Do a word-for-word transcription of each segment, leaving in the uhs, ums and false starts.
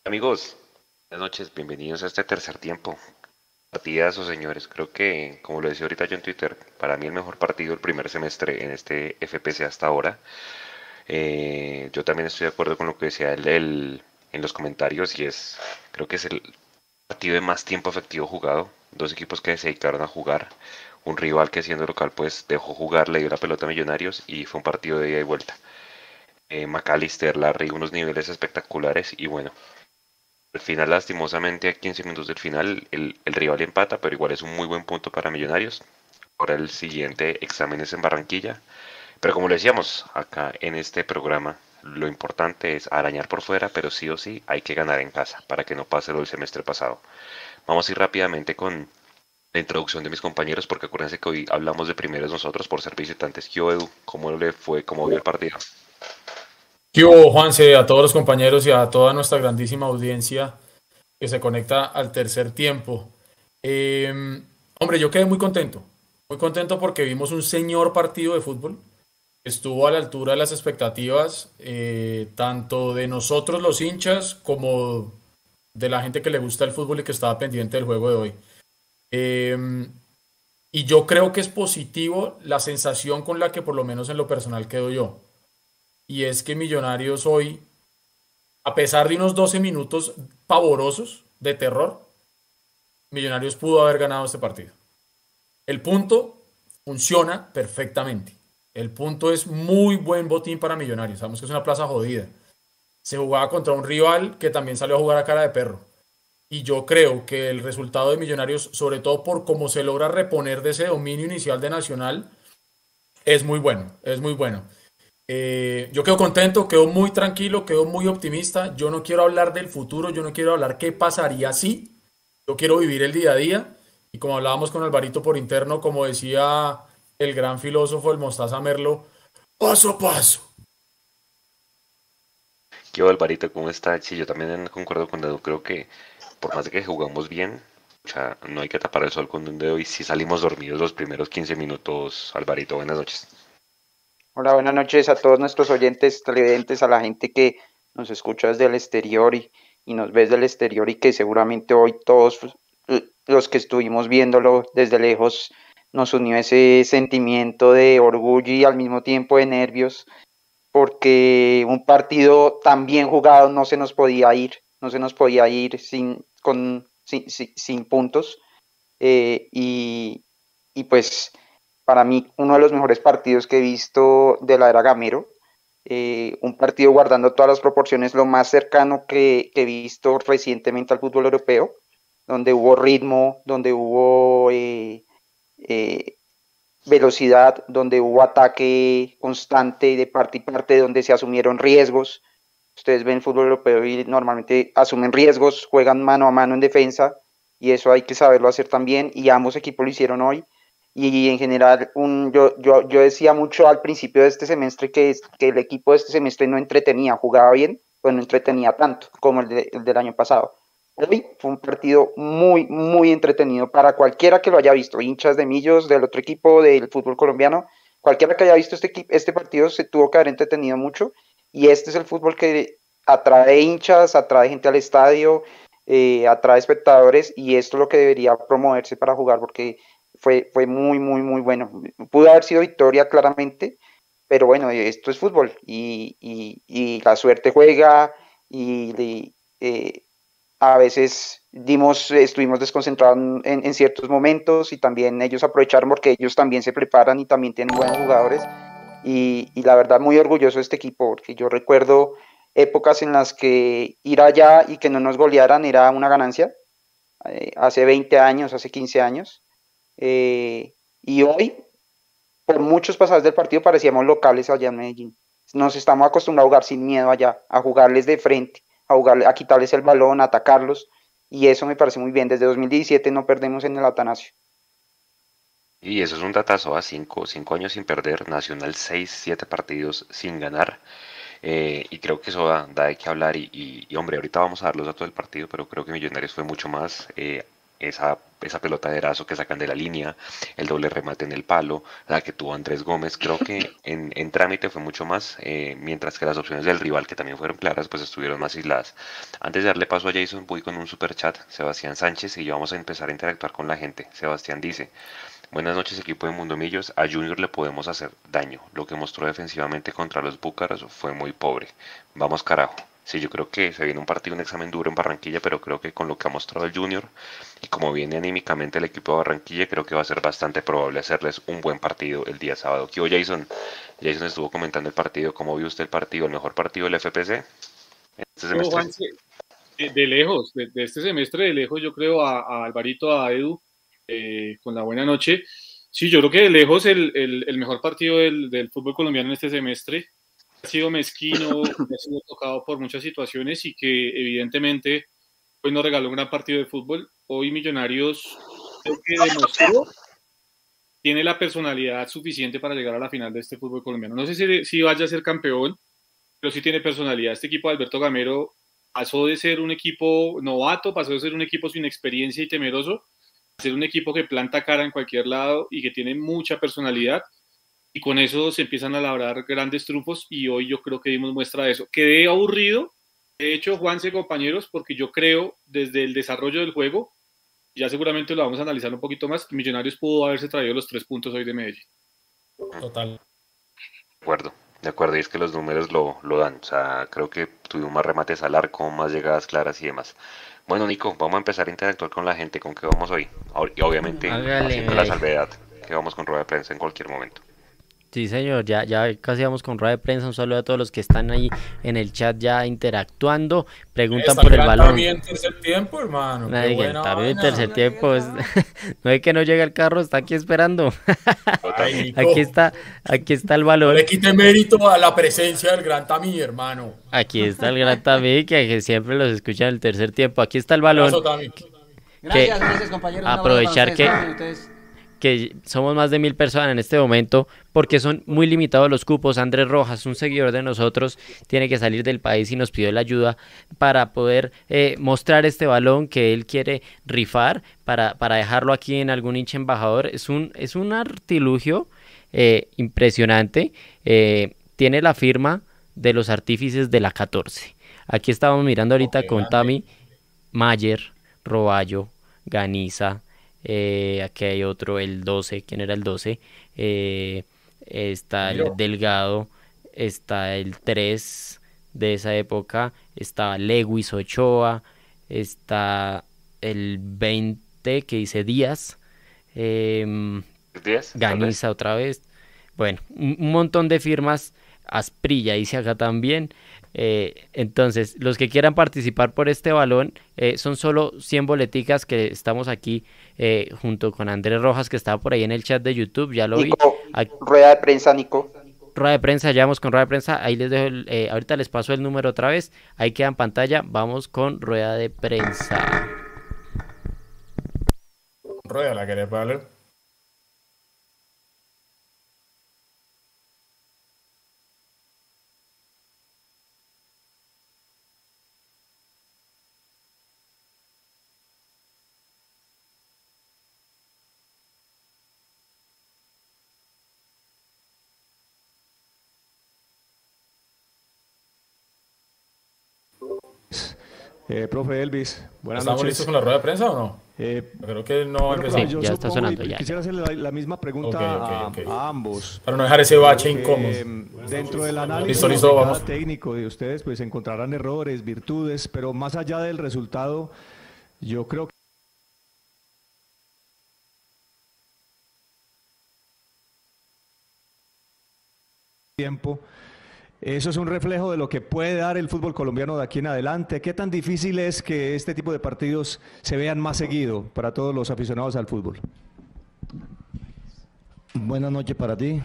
Amigos, buenas noches, bienvenidos a este tercer tiempo. Partidazo, señores. Creo que, como lo decía ahorita yo en Twitter, para mí el mejor partido del primer semestre en este F P C hasta ahora. Eh, yo también estoy de acuerdo con lo que decía él, él en los comentarios y es, creo que es el partido de más tiempo efectivo jugado. Dos equipos que se dedicaron a jugar. Un rival que siendo local pues dejó jugar, le dio la pelota a Millonarios y fue un partido de ida y vuelta. Eh, McAllister, Larry, unos niveles espectaculares y bueno, al final, lastimosamente, a quince minutos del final, el, el rival empata, pero igual es un muy buen punto para Millonarios. Ahora el siguiente examen es en Barranquilla. Pero como le decíamos acá en este programa, lo importante es arañar por fuera, pero sí o sí hay que ganar en casa para que no pase lo del semestre pasado. Vamos a ir rápidamente con la introducción de mis compañeros, porque acuérdense que hoy hablamos de primeros nosotros por ser visitantes. ¿Qué hubo, Edu? ¿Cómo le fue? ¿Cómo vio el partido? ¿Qué hubo, Juanse, a todos los compañeros y a toda nuestra grandísima audiencia que se conecta al tercer tiempo? Eh, Hombre, yo quedé muy contento, muy contento porque vimos un señor partido de fútbol. Estuvo a la altura de las expectativas, eh, tanto de nosotros los hinchas como de la gente que le gusta el fútbol y que estaba pendiente del juego de hoy. Eh, y yo creo que es positivo la sensación con la que por lo menos en lo personal quedo yo. Y es que Millonarios hoy, a pesar de unos doce minutos pavorosos de terror, Millonarios pudo haber ganado este partido. El punto funciona perfectamente. El punto es muy buen botín para Millonarios. Sabemos que es una plaza jodida. Se jugaba contra un rival que también salió a jugar a cara de perro. Y yo creo que el resultado de Millonarios, sobre todo por cómo se logra reponer de ese dominio inicial de Nacional, es muy bueno. Es muy bueno. Eh, yo quedo contento, quedo muy tranquilo, quedo muy optimista. Yo no quiero hablar del futuro, yo no quiero hablar qué pasaría si. Yo quiero vivir el día a día. Y como hablábamos con Alvarito por interno, como decía el gran filósofo, el Mostaza Merlo, paso a paso. ¿Qué hubo, Alvarito? ¿Cómo está? Sí, yo también concuerdo con Edu. Creo que por más de que jugamos bien, o sea, no hay que tapar el sol con un dedo y si salimos dormidos los primeros quince minutos, Alvarito, buenas noches. Hola, buenas noches a todos nuestros oyentes, televidentes, a la gente que nos escucha desde el exterior y, y nos ve desde el exterior y que seguramente hoy todos eh, los que estuvimos viéndolo desde lejos nos unió ese sentimiento de orgullo y al mismo tiempo de nervios porque un partido tan bien jugado no se nos podía ir, no se nos podía ir sin, con, sin, sin, sin puntos eh, y, y pues para mí uno de los mejores partidos que he visto de la era Gamero. Eh, un partido guardando todas las proporciones, lo más cercano que, que, he visto recientemente al fútbol europeo, donde hubo ritmo, donde hubo eh, eh, velocidad, donde hubo ataque constante de parte y parte, donde se asumieron riesgos. Ustedes ven fútbol europeo y normalmente asumen riesgos, juegan mano a mano en defensa y eso hay que saberlo hacer también y ambos equipos lo hicieron hoy. Y en general, un, yo, yo, yo decía mucho al principio de este semestre que, es, que el equipo de este semestre no entretenía, jugaba bien, pero no entretenía tanto como el, de, el del año pasado. Hoy fue un partido muy, muy entretenido para cualquiera que lo haya visto, hinchas de Millos, del otro equipo del fútbol colombiano, cualquiera que haya visto este, este partido se tuvo que haber entretenido mucho y este es el fútbol que atrae hinchas, atrae gente al estadio, eh, atrae espectadores y esto es lo que debería promoverse para jugar porque fue, fue muy, muy, muy bueno. Pudo haber sido victoria claramente, pero bueno, esto es fútbol y, y, y la suerte juega y, y eh, a veces dimos, estuvimos desconcentrados en, en, ciertos momentos y también ellos aprovecharon porque ellos también se preparan y también tienen buenos jugadores y, y la verdad muy orgulloso de este equipo porque yo recuerdo épocas en las que ir allá y que no nos golearan era una ganancia, eh, hace veinte años, hace quince años, eh, y hoy por muchos pasajes del partido parecíamos locales allá en Medellín. Nos estamos acostumbrados a jugar sin miedo allá, a jugarles de frente, a, jugarle, a quitarles el balón, a atacarlos, y eso me parece muy bien. Desde dos mil diecisiete no perdemos en el Atanasio. Y eso es un datazo a cinco, cinco años sin perder, Nacional seis, siete partidos sin ganar. Eh, y creo que eso da, da de qué hablar y, y, y, hombre, ahorita vamos a dar los datos del partido, pero creo que Millonarios fue mucho más. Eh, esa, esa pelota de Erazo que sacan de la línea, el doble remate en el palo, la que tuvo Andrés Gómez, creo que en, en trámite fue mucho más, eh, mientras que las opciones del rival, que también fueron claras, pues estuvieron más aisladas. Antes de darle paso a Jason, voy con un super chat, Sebastián Sánchez, y ya vamos a empezar a interactuar con la gente. Sebastián dice: buenas noches, equipo de Mundomillos. A Junior le podemos hacer daño. Lo que mostró defensivamente contra los Búcaros fue muy pobre. Vamos carajo. Sí, yo creo que se viene un partido, un examen duro en Barranquilla, pero creo que con lo que ha mostrado el Junior y como viene anímicamente el equipo de Barranquilla, creo que va a ser bastante probable hacerles un buen partido el día sábado. ¿Qué hubo, Jason? Jason estuvo comentando el partido. ¿Cómo vio usted el partido? ¿El mejor partido del F P C en este No, semestre? Juan, de, de lejos, de, de este semestre de lejos, yo creo a, a Alvarito, a Edu, eh, con la buena noche. Sí, yo creo que de lejos el, el, el mejor partido del, del fútbol colombiano en este semestre. Ha sido mezquino, ha sido tocado por muchas situaciones y que evidentemente hoy nos regaló un gran partido de fútbol. Hoy Millonarios creo que demostró tiene la personalidad suficiente para llegar a la final de este fútbol colombiano. No sé si, si vaya a ser campeón, pero sí tiene personalidad. Este equipo de Alberto Gamero pasó de ser un equipo novato, pasó de ser un equipo sin experiencia y temeroso, a ser un equipo que planta cara en cualquier lado y que tiene mucha personalidad. Y con eso se empiezan a labrar grandes triunfos y hoy yo creo que dimos muestra de eso. Quedé aburrido, de hecho, Juanse, compañeros, porque yo creo desde el desarrollo del juego, ya seguramente lo vamos a analizar un poquito más, Millonarios pudo haberse traído los tres puntos hoy de Medellín. Total. De acuerdo, de acuerdo, y es que los números lo, lo dan. O sea, creo que tuvimos más remates al arco, más llegadas claras y demás. Bueno, Nico, vamos a empezar a interactuar con la gente. ¿Con qué vamos hoy? Y obviamente, Hágale, haciendo la May. salvedad, que vamos con rueda de prensa en cualquier momento. Sí, señor, ya, ya casi vamos con rueda de prensa. Un saludo a todos los que están ahí en el chat ya interactuando. Preguntan Está por el Gran balón. También en tercer tiempo, hermano. Qué Nadie, buena también el vaina. tercer tiempo. Es... no es que no llega el carro, está aquí esperando. Ay, Nico, Aquí está, aquí está el no balón. le quite mérito a la presencia del Gran Tami, hermano. Aquí está el gran Tami, que, que siempre los escucha en el tercer tiempo. Aquí está el balón. Abrazo, Tami. Gracias, gracias compañeros. Un abrazo aprovechar para que- ustedes, ustedes. que somos más de mil personas en este momento, porque son muy limitados los cupos. Andrés Rojas, un seguidor de nosotros, tiene que salir del país y nos pidió la ayuda para poder eh, mostrar este balón que él quiere rifar, para, para dejarlo aquí en algún hincha embajador. Es un, es un artilugio eh, impresionante. Eh, tiene la firma de los artífices de la catorce. Aquí estábamos mirando ahorita Ok, con grande. Tami, Mayer, Roballo, Ganiza. Eh, aquí hay otro, el doce. ¿Quién era el doce? Eh, está el Miro. Delgado, está el tres de esa época, está Lewis Ochoa, está el veinte que dice Díaz, em, ¿Díaz? tal vez? Ganiza otra vez. Bueno, un, un montón de firmas. Asprilla dice acá también. Eh, entonces, los que quieran participar por este balón, eh, son solo cien boleticas que estamos aquí eh, junto con Andrés Rojas, que estaba por ahí en el chat de YouTube, ya lo vi. Nico, Aquí- rueda de prensa, Nico. rueda de prensa, ya vamos con rueda de prensa. Ahí les dejo, el- eh, ahorita les paso el número otra vez. Ahí queda en pantalla. Vamos con rueda de prensa. Rueda, ¿la querés, vale? Eh, profe Elvis, buenas ¿Estamos noches. listos con la rueda de prensa o no? Eh, Creo que no bueno, empezó. profe, Sí, yo ya está supongo sonando, y ya, Quisiera hacerle la, la misma pregunta Ok, ok, a, ok. a ambos. Para no dejar ese bache Porque, incómodo. em, dentro del análisis Listo, listo, de cada vamos. técnico de ustedes, pues encontrarán errores, virtudes, pero más allá del resultado, yo creo que tiempo. Eso es un reflejo de lo que puede dar el fútbol colombiano de aquí en adelante. ¿Qué tan difícil es que este tipo de partidos se vean más seguido para todos los aficionados al fútbol? Buenas noches para ti.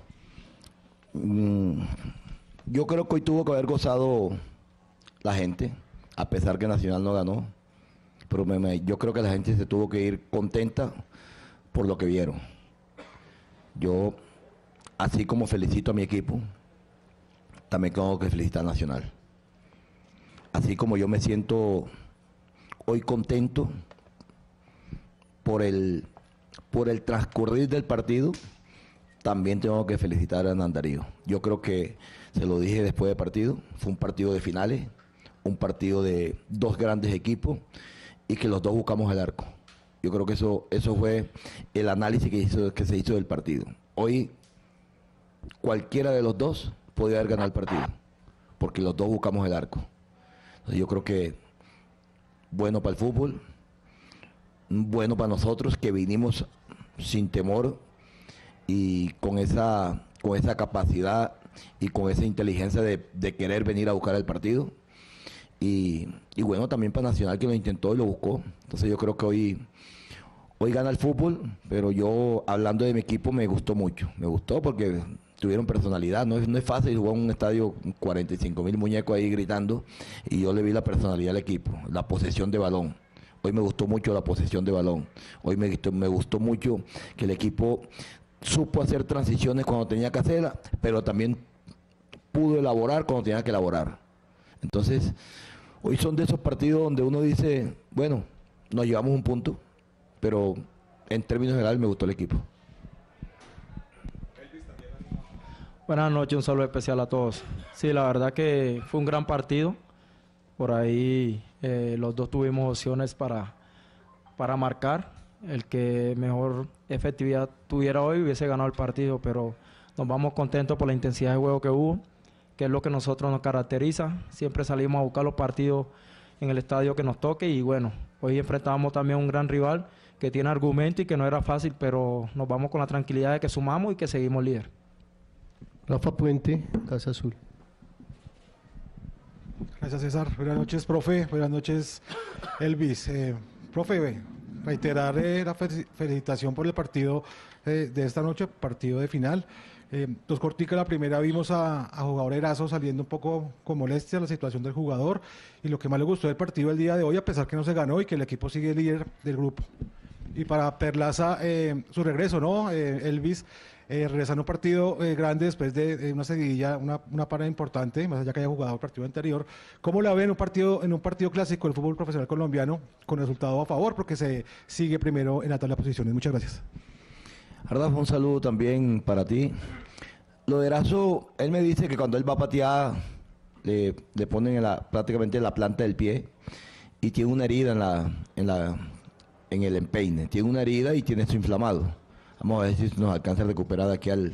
Mm, Yo creo que hoy tuvo que haber gozado la gente, a pesar que Nacional no ganó. Pero me- me- yo creo que la gente se tuvo que ir contenta por lo que vieron. Yo, así como felicito a mi equipo, también tengo que felicitar a Nacional. Así como yo me siento hoy contento por el, por el transcurrir del partido, también tengo que felicitar a Hernán Darío. Yo creo que, se lo dije después del partido, fue un partido de finales, un partido de dos grandes equipos y que los dos buscamos el arco. Yo creo que eso, eso fue el análisis que, hizo, que se hizo del partido. Hoy cualquiera de los dos podía haber ganado el partido, porque los dos buscamos el arco. Entonces yo creo que bueno para el fútbol, bueno para nosotros que vinimos sin temor y con esa, con esa capacidad y con esa inteligencia de, de querer venir a buscar el partido. Y, y bueno, también para Nacional, que lo intentó y lo buscó. Entonces yo creo que hoy, hoy gana el fútbol, pero yo, hablando de mi equipo, me gustó mucho. Me gustó porque tuvieron personalidad. No es, no es fácil jugar en un estadio con cuarenta y cinco mil muñecos ahí gritando, y yo le vi la personalidad al equipo, la posesión de balón. Hoy me gustó mucho la posesión de balón. Hoy me gustó, me gustó mucho que el equipo supo hacer transiciones cuando tenía que hacerlas, pero también pudo elaborar cuando tenía que elaborar. Entonces, hoy son de esos partidos donde uno dice, bueno, nos llevamos un punto, pero en términos generales me gustó el equipo. Buenas noches, un saludo especial a todos. Sí, la verdad que fue un gran partido. Por ahí eh, los dos tuvimos opciones para, para marcar. El que mejor efectividad tuviera hoy hubiese ganado el partido, pero nos vamos contentos por la intensidad de juego que hubo, que es lo que a nosotros nos caracteriza. Siempre salimos a buscar los partidos en el estadio que nos toque, y bueno, hoy enfrentamos también a un gran rival que tiene argumento y que no era fácil, pero nos vamos con la tranquilidad de que sumamos y que seguimos líder. Rafa Puente, Casa Azul. Gracias, César. Buenas noches, profe. Buenas noches, Elvis. Eh, profe, reiterar eh, la felicitación por el partido eh, de esta noche, partido de final. Eh, dos corticas, la primera vimos a, a jugador Erazo saliendo un poco con molestia la situación del jugador, y lo que más le gustó del partido el día de hoy, a pesar que no se ganó y que el equipo sigue líder del grupo. Y para Perlaza, eh, su regreso, ¿no? Eh, Elvis, eh, regresando a un partido eh, grande después de, de una seguidilla, una, una parada importante, más allá que haya jugado el partido anterior. ¿Cómo la ve en un partido, en un partido clásico del fútbol profesional colombiano, con resultado a favor, porque se sigue primero en la tabla de posiciones? Muchas gracias. Ardaf, un saludo también para ti. Lo de Erazo, él me dice que cuando él va a patear, le, le ponen en la, prácticamente en la planta del pie, y tiene una herida en la, en la, en el empeine. Tiene una herida y tiene esto inflamado. Vamos a ver si nos alcanza a recuperar de aquí al,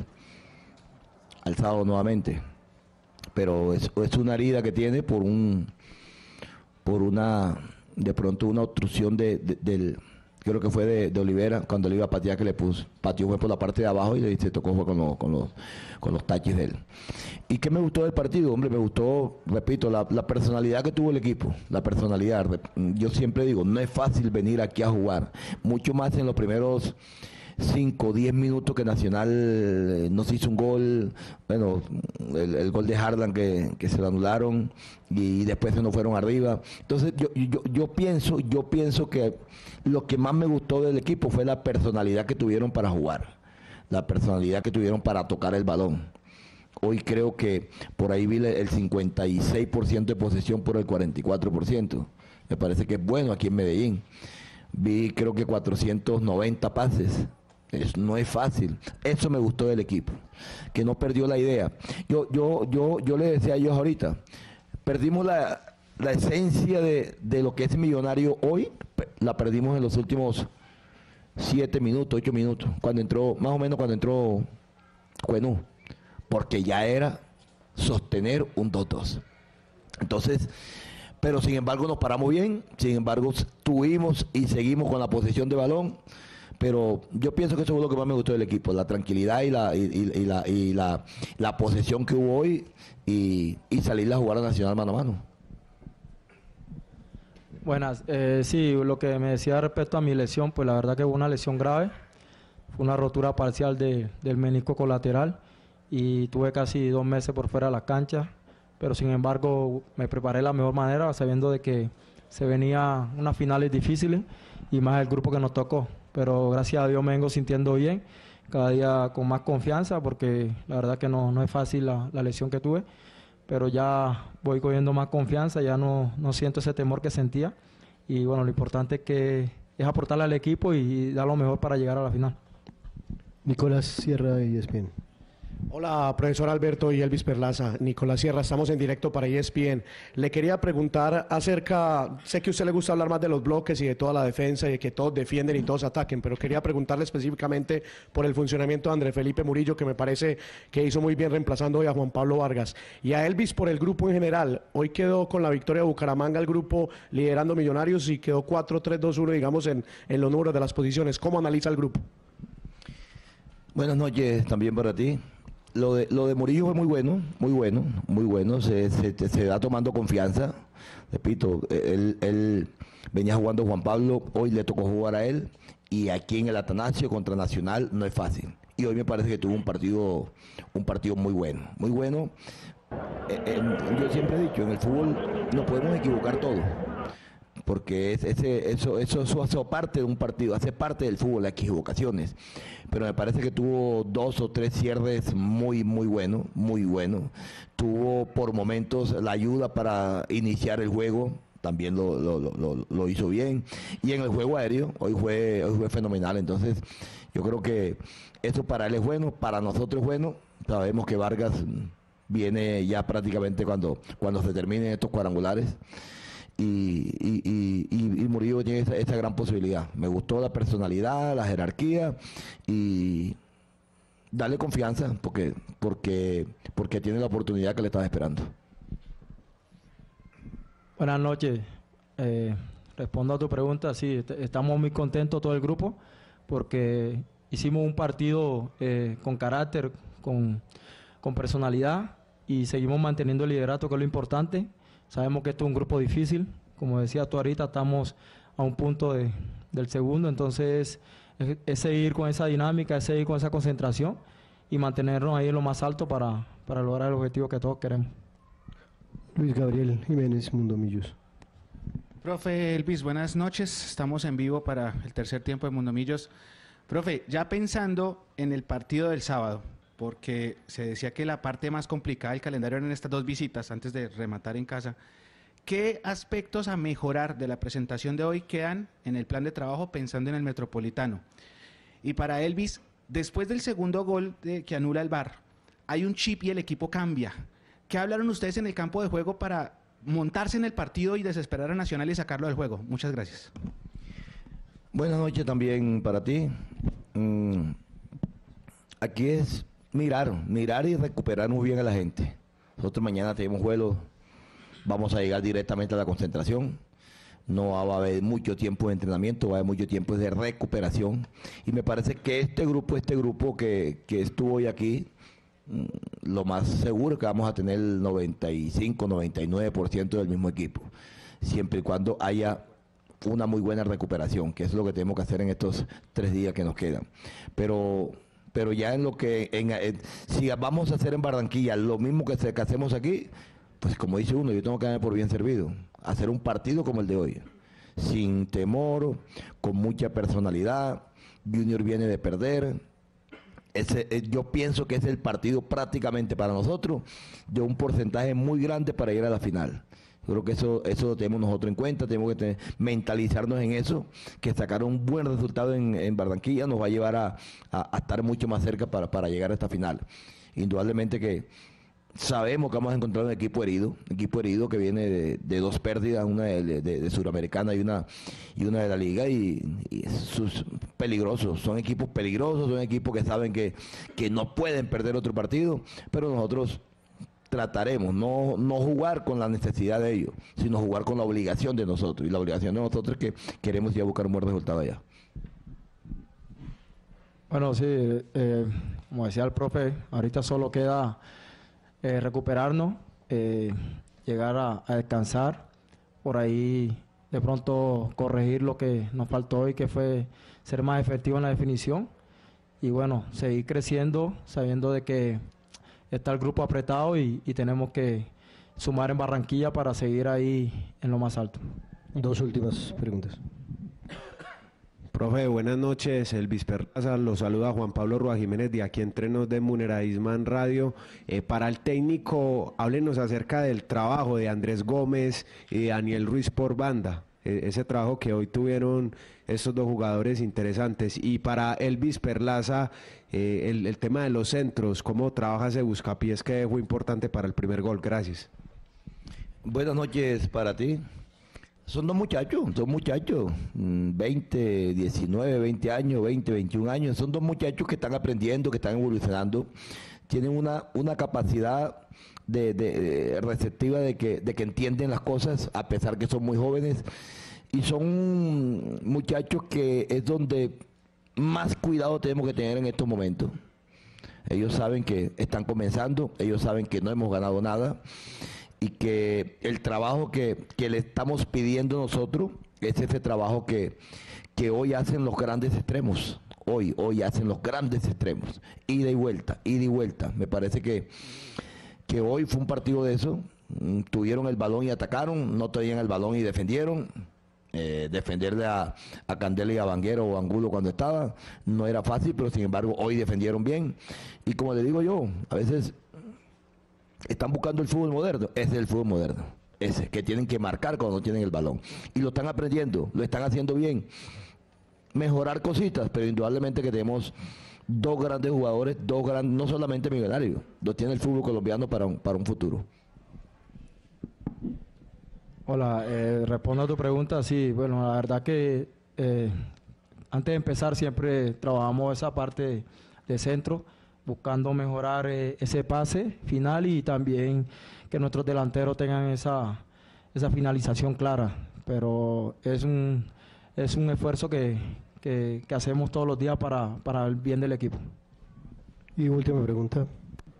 al sábado nuevamente. Pero es, es una herida que tiene por un, por una, de pronto una obstrucción de, de, del, creo que fue de, de Olivera, cuando le iba a patear, que le puso, pateó fue por la parte de abajo y le se tocó fue con, los, con, los, con los taches de él. ¿Y qué me gustó del partido? Hombre, me gustó, repito, la, la personalidad que tuvo el equipo, la personalidad. Yo siempre digo, no es fácil venir aquí a jugar, mucho más en los primeros cinco o diez minutos que Nacional eh, nos hizo un gol, bueno, el, el gol de Harlan que, que se lo anularon, y después se nos fueron arriba. Entonces yo, yo, yo pienso, yo pienso que lo que más me gustó del equipo fue la personalidad que tuvieron para jugar, la personalidad que tuvieron para tocar el balón. Hoy creo que por ahí vi el cincuenta y seis por ciento de posesión por el cuarenta y cuatro por ciento. Me parece que es bueno aquí en Medellín. Vi creo que cuatrocientos noventa pases. Es, no es fácil. Eso me gustó del equipo, que no perdió la idea. Yo, yo, yo, yo le decía a ellos ahorita, perdimos la, la esencia de, de lo que es Millonario hoy, la perdimos en los últimos siete minutos, ocho minutos, cuando entró, más o menos cuando entró Cuenú, porque ya era sostener un dos dos. Entonces, pero sin embargo nos paramos bien, sin embargo tuvimos y seguimos con la posesión de balón. Pero yo pienso que eso fue lo que más me gustó del equipo, la tranquilidad y la y, y, y la, y la, la posesión que hubo hoy, y, y salir a jugar a Nacional mano a mano. Buenas, eh, sí, lo que me decía respecto a mi lesión, pues la verdad que fue una lesión grave, fue una rotura parcial de, del menisco colateral, y tuve casi dos meses por fuera de la cancha, pero sin embargo me preparé de la mejor manera, sabiendo de que se venía unas finales difíciles, y más el grupo que nos tocó. Pero gracias a Dios me vengo sintiendo bien, cada día con más confianza, porque la verdad que no, no es fácil la, la lesión que tuve, pero ya voy cogiendo más confianza, ya no, no siento ese temor que sentía, y bueno, lo importante es que es aportarle al equipo y, y dar lo mejor para llegar a la final. Nicolás Sierra de E S P N. Hola, profesor Alberto y Elvis Perlaza. Nicolás Sierra, estamos en directo para E S P N. Le quería preguntar acerca, sé que a usted le gusta hablar más de los bloques y de toda la defensa y de que todos defienden y todos ataquen, pero quería preguntarle específicamente por el funcionamiento de Andrés Felipe Murillo, que me parece que hizo muy bien reemplazando hoy a Juan Pablo Vargas. Y a Elvis por el grupo en general. Hoy quedó con la victoria de Bucaramanga el grupo liderando Millonarios y quedó cuatro tres dos uno, digamos, en, en los números de las posiciones. ¿Cómo analiza el grupo? Buenas noches también para ti. Lo de, lo de Murillo fue muy bueno, muy bueno, muy bueno, se, se, se va tomando confianza, repito, él, él venía jugando Juan Pablo, hoy le tocó jugar a él, y aquí en el Atanasio contra Nacional no es fácil, y hoy me parece que tuvo un partido, un partido muy bueno, muy bueno. Eh, eh, yo siempre he dicho, en el fútbol no podemos equivocar todo, porque es, ese, eso, eso, eso hace parte de un partido, hace parte del fútbol, las equivocaciones, pero me parece que tuvo dos o tres cierres muy, muy buenos, muy buenos, tuvo por momentos la ayuda para iniciar el juego, también lo, lo, lo, lo hizo bien, y en el juego aéreo, hoy fue, hoy fue fenomenal, entonces yo creo que eso para él es bueno, para nosotros es bueno, sabemos que Vargas viene ya prácticamente cuando, cuando se terminen estos cuadrangulares, Y, y, y, y Murillo tiene esa, esa gran posibilidad. Me gustó la personalidad, la jerarquía y darle confianza porque, porque, porque tiene la oportunidad que le estaba esperando. Buenas noches. Eh, respondo a tu pregunta. Sí, est estamos muy contentos todo el grupo porque hicimos un partido eh, con carácter, con, con personalidad y seguimos manteniendo el liderato, que es lo importante. Sabemos que esto es un grupo difícil, como decías tú ahorita, estamos a un punto de, del segundo, entonces es, es seguir con esa dinámica, es seguir con esa concentración y mantenernos ahí en lo más alto para, para lograr el objetivo que todos queremos. Luis Gabriel Jiménez, Mundo Millos. Profe Elvis, buenas noches, estamos en vivo para el tercer tiempo de Mundo Millos. Profe, ya pensando en el partido del sábado, porque se decía que la parte más complicada del calendario eran estas dos visitas antes de rematar en casa. ¿Qué aspectos a mejorar de la presentación de hoy quedan en el plan de trabajo pensando en el Metropolitano? Y para Elvis, después del segundo gol de, que anula el V A R, hay un chip y el equipo cambia. ¿Qué hablaron ustedes en el campo de juego para montarse en el partido y desesperar a Nacional y sacarlo del juego? Muchas gracias. Buenas noches también para ti. Mm, aquí es mirar, mirar y recuperar muy bien a la gente. Nosotros mañana tenemos vuelo, vamos a llegar directamente a la concentración, no va a haber mucho tiempo de entrenamiento, va a haber mucho tiempo de recuperación, y me parece que este grupo, este grupo que, que estuvo hoy aquí, lo más seguro que vamos a tener el noventa y cinco, noventa y nueve por ciento del mismo equipo, siempre y cuando haya una muy buena recuperación, que es lo que tenemos que hacer en estos tres días que nos quedan. Pero pero ya en lo que, en, en, si vamos a hacer en Barranquilla lo mismo que, se, que hacemos aquí, pues como dice uno, yo tengo que darme por bien servido, hacer un partido como el de hoy, sin temor, con mucha personalidad. Junior viene de perder, ese, yo pienso que es el partido prácticamente para nosotros, de un porcentaje muy grande para ir a la final. Yo creo que eso, eso lo tenemos nosotros en cuenta, tenemos que tener, mentalizarnos en eso, que sacar un buen resultado en, en Barranquilla nos va a llevar a, a, a estar mucho más cerca para, para llegar a esta final. Indudablemente que sabemos que vamos a encontrar un equipo herido, un equipo herido que viene de, de dos pérdidas, una de, de, de Suramericana y una, y una de la Liga, y, y sus peligrosos, son equipos peligrosos, son equipos que saben que, que no pueden perder otro partido, pero nosotros trataremos no, no jugar con la necesidad de ellos, sino jugar con la obligación de nosotros, y la obligación de nosotros es que queremos ya buscar un buen resultado allá. Bueno, sí, eh, como decía el profe, ahorita solo queda eh, recuperarnos, eh, llegar a, a descansar, por ahí de pronto corregir lo que nos faltó hoy, que fue ser más efectivo en la definición, y bueno, seguir creciendo sabiendo de que está el grupo apretado y, y tenemos que sumar en Barranquilla para seguir ahí en lo más alto. Dos últimas preguntas. Profe, buenas noches. Elvis Perlaza, lo saluda Juan Pablo Rua Jiménez de aquí Entrenos de Muneraisman Radio. Eh, para el técnico, háblenos acerca del trabajo de Andrés Gómez y Daniel Ruiz por banda. eh, ese trabajo que hoy tuvieron estos dos jugadores interesantes. Y para Elvis Perlaza, eh, el, el tema de los centros, ¿cómo trabaja ese buscapiés que fue importante para el primer gol? Gracias. Buenas noches para ti. Son dos muchachos, son muchachos, veinte, diecinueve, veinte años, veinte, veintiún años. Son dos muchachos que están aprendiendo, que están evolucionando. Tienen una, una capacidad de, de receptiva de que, de que entienden las cosas, a pesar que son muy jóvenes. Y son muchachos que es donde más cuidado tenemos que tener en estos momentos. Ellos saben que están comenzando, ellos saben que no hemos ganado nada y que el trabajo que, que le estamos pidiendo nosotros es ese trabajo que, que hoy hacen los grandes extremos. Hoy, hoy hacen los grandes extremos. Ida y vuelta, ida y vuelta. Me parece que, que hoy fue un partido de eso. Tuvieron el balón y atacaron, no tenían el balón y defendieron. Eh, defenderle a, a Candela y a Vanguero o Angulo cuando estaba no era fácil, pero sin embargo hoy defendieron bien. Y como le digo yo, a veces están buscando el fútbol moderno. Ese es el fútbol moderno, ese que tienen que marcar cuando no tienen el balón, y lo están aprendiendo, lo están haciendo bien. Mejorar cositas, pero indudablemente que tenemos dos grandes jugadores, dos grandes, no solamente Millonarios, los tiene el fútbol colombiano para un, para un futuro. Hola, eh, respondo a tu pregunta. Sí, bueno, la verdad que eh, antes de empezar siempre trabajamos esa parte de centro, buscando mejorar eh, ese pase final y también que nuestros delanteros tengan esa, esa finalización clara. Pero es un, es un esfuerzo que, que, que hacemos todos los días para, para el bien del equipo. Y última pregunta.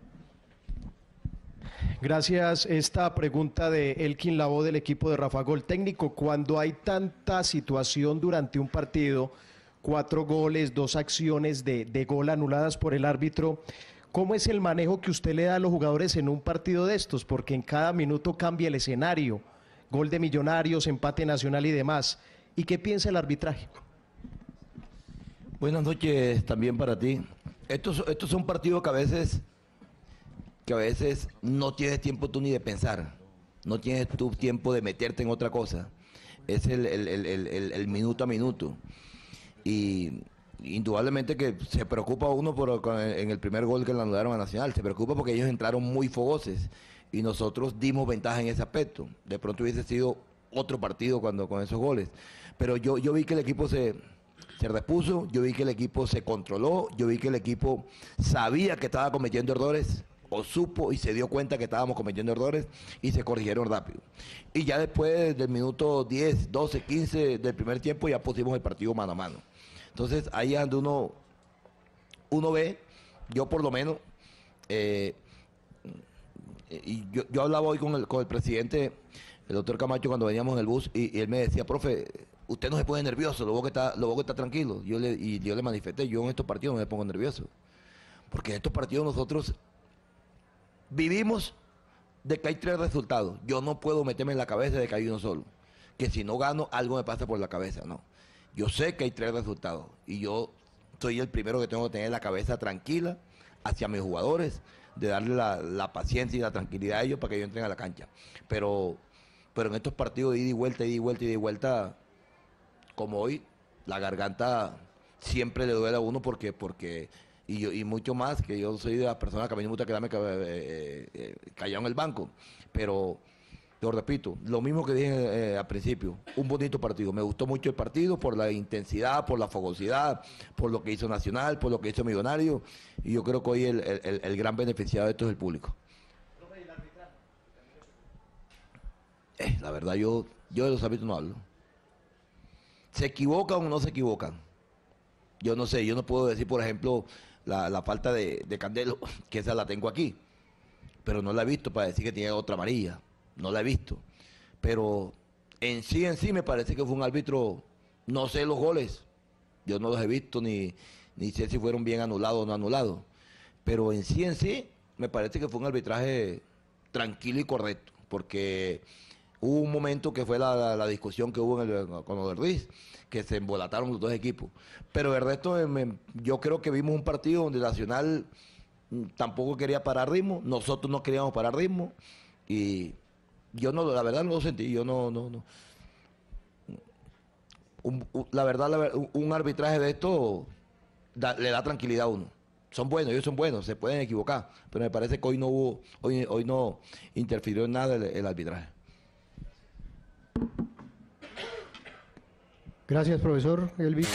Gracias. Esta pregunta de Elkin Lavoe del equipo de Rafa Gol. Técnico, cuando hay tanta situación durante un partido, cuatro goles, dos acciones de, de gol anuladas por el árbitro, ¿cómo es el manejo que usted le da a los jugadores en un partido de estos? Porque en cada minuto cambia el escenario, gol de Millonarios, empate Nacional y demás. ¿Y qué piensa el arbitraje? Buenas noches también para ti. Estos, estos son partidos que a veces... que a veces no tienes tiempo tú ni de pensar, no tienes tu tiempo de meterte en otra cosa, es el, el, el, el, el minuto a minuto, y indudablemente que se preocupa uno por, en el primer gol que le anularon a Nacional, se preocupa porque ellos entraron muy fogosos y nosotros dimos ventaja en ese aspecto. De pronto hubiese sido otro partido cuando con esos goles, pero yo, yo vi que el equipo se... se repuso, yo vi que el equipo se controló, yo vi que el equipo sabía que estaba cometiendo errores, o supo y se dio cuenta que estábamos cometiendo errores y se corrigieron rápido. Y ya después del minuto diez, doce, quince del primer tiempo ya pusimos el partido mano a mano. Entonces ahí es donde uno, uno ve, yo por lo menos, eh, y yo, yo hablaba hoy con el, con el presidente, el doctor Camacho, cuando veníamos en el bus, y, y él me decía, profe, usted no se pone nervioso, lo veo que está, lo veo que está tranquilo. Yo le, y yo le manifesté, yo en estos partidos no me pongo nervioso, porque en estos partidos nosotros vivimos de que hay tres resultados. Yo no puedo meterme en la cabeza de que hay uno solo, que si no gano algo me pasa por la cabeza. No, yo sé que hay tres resultados y yo soy el primero que tengo que tener la cabeza tranquila hacia mis jugadores, de darle la, la paciencia y la tranquilidad a ellos para que ellos entren a la cancha. Pero, pero en estos partidos de ida y vuelta, ida y vuelta, ida y vuelta, como hoy, la garganta siempre le duele a uno porque porque Y, yo, y mucho más, que yo soy de las personas que a mí me gusta quedarme eh, eh, callado en el banco. Pero, lo repito, lo mismo que dije eh, al principio, un bonito partido. Me gustó mucho el partido por la intensidad, por la fogosidad, por lo que hizo Nacional, por lo que hizo Millonario. Y yo creo que hoy el, el, el gran beneficiado de esto es el público. Eh, la verdad, yo, yo de los árbitros no hablo. ¿Se equivocan o no se equivocan? Yo no sé, yo no puedo decir, por ejemplo, la, la falta de, de Candelo, que esa la tengo aquí, pero no la he visto para decir que tiene otra amarilla, no la he visto. Pero en sí, en sí me parece que fue un árbitro, no sé los goles, yo no los he visto ni, ni sé si fueron bien anulados o no anulados, pero en sí, en sí, me parece que fue un arbitraje tranquilo y correcto, porque hubo un momento que fue la, la, la discusión que hubo en el, con los de Ruiz, que se embolataron los dos equipos. Pero el resto, eh, yo creo que vimos un partido donde Nacional tampoco quería parar ritmo, nosotros no queríamos parar ritmo, y yo no, la verdad no lo sentí, yo no, no, no. un- un- la verdad, la ver- un, un arbitraje de esto da- le da tranquilidad a uno. Son buenos, ellos son buenos, se pueden equivocar, pero me parece que hoy no hubo, hoy, hoy no interfirió en nada el, el arbitraje. Gracias, profesor Elvis.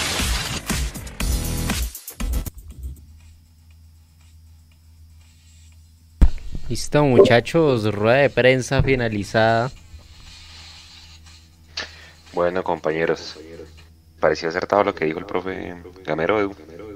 Listo, muchachos, rueda de prensa finalizada. Bueno, compañeros, pareció acertado lo que dijo el profe Gamero, Edu.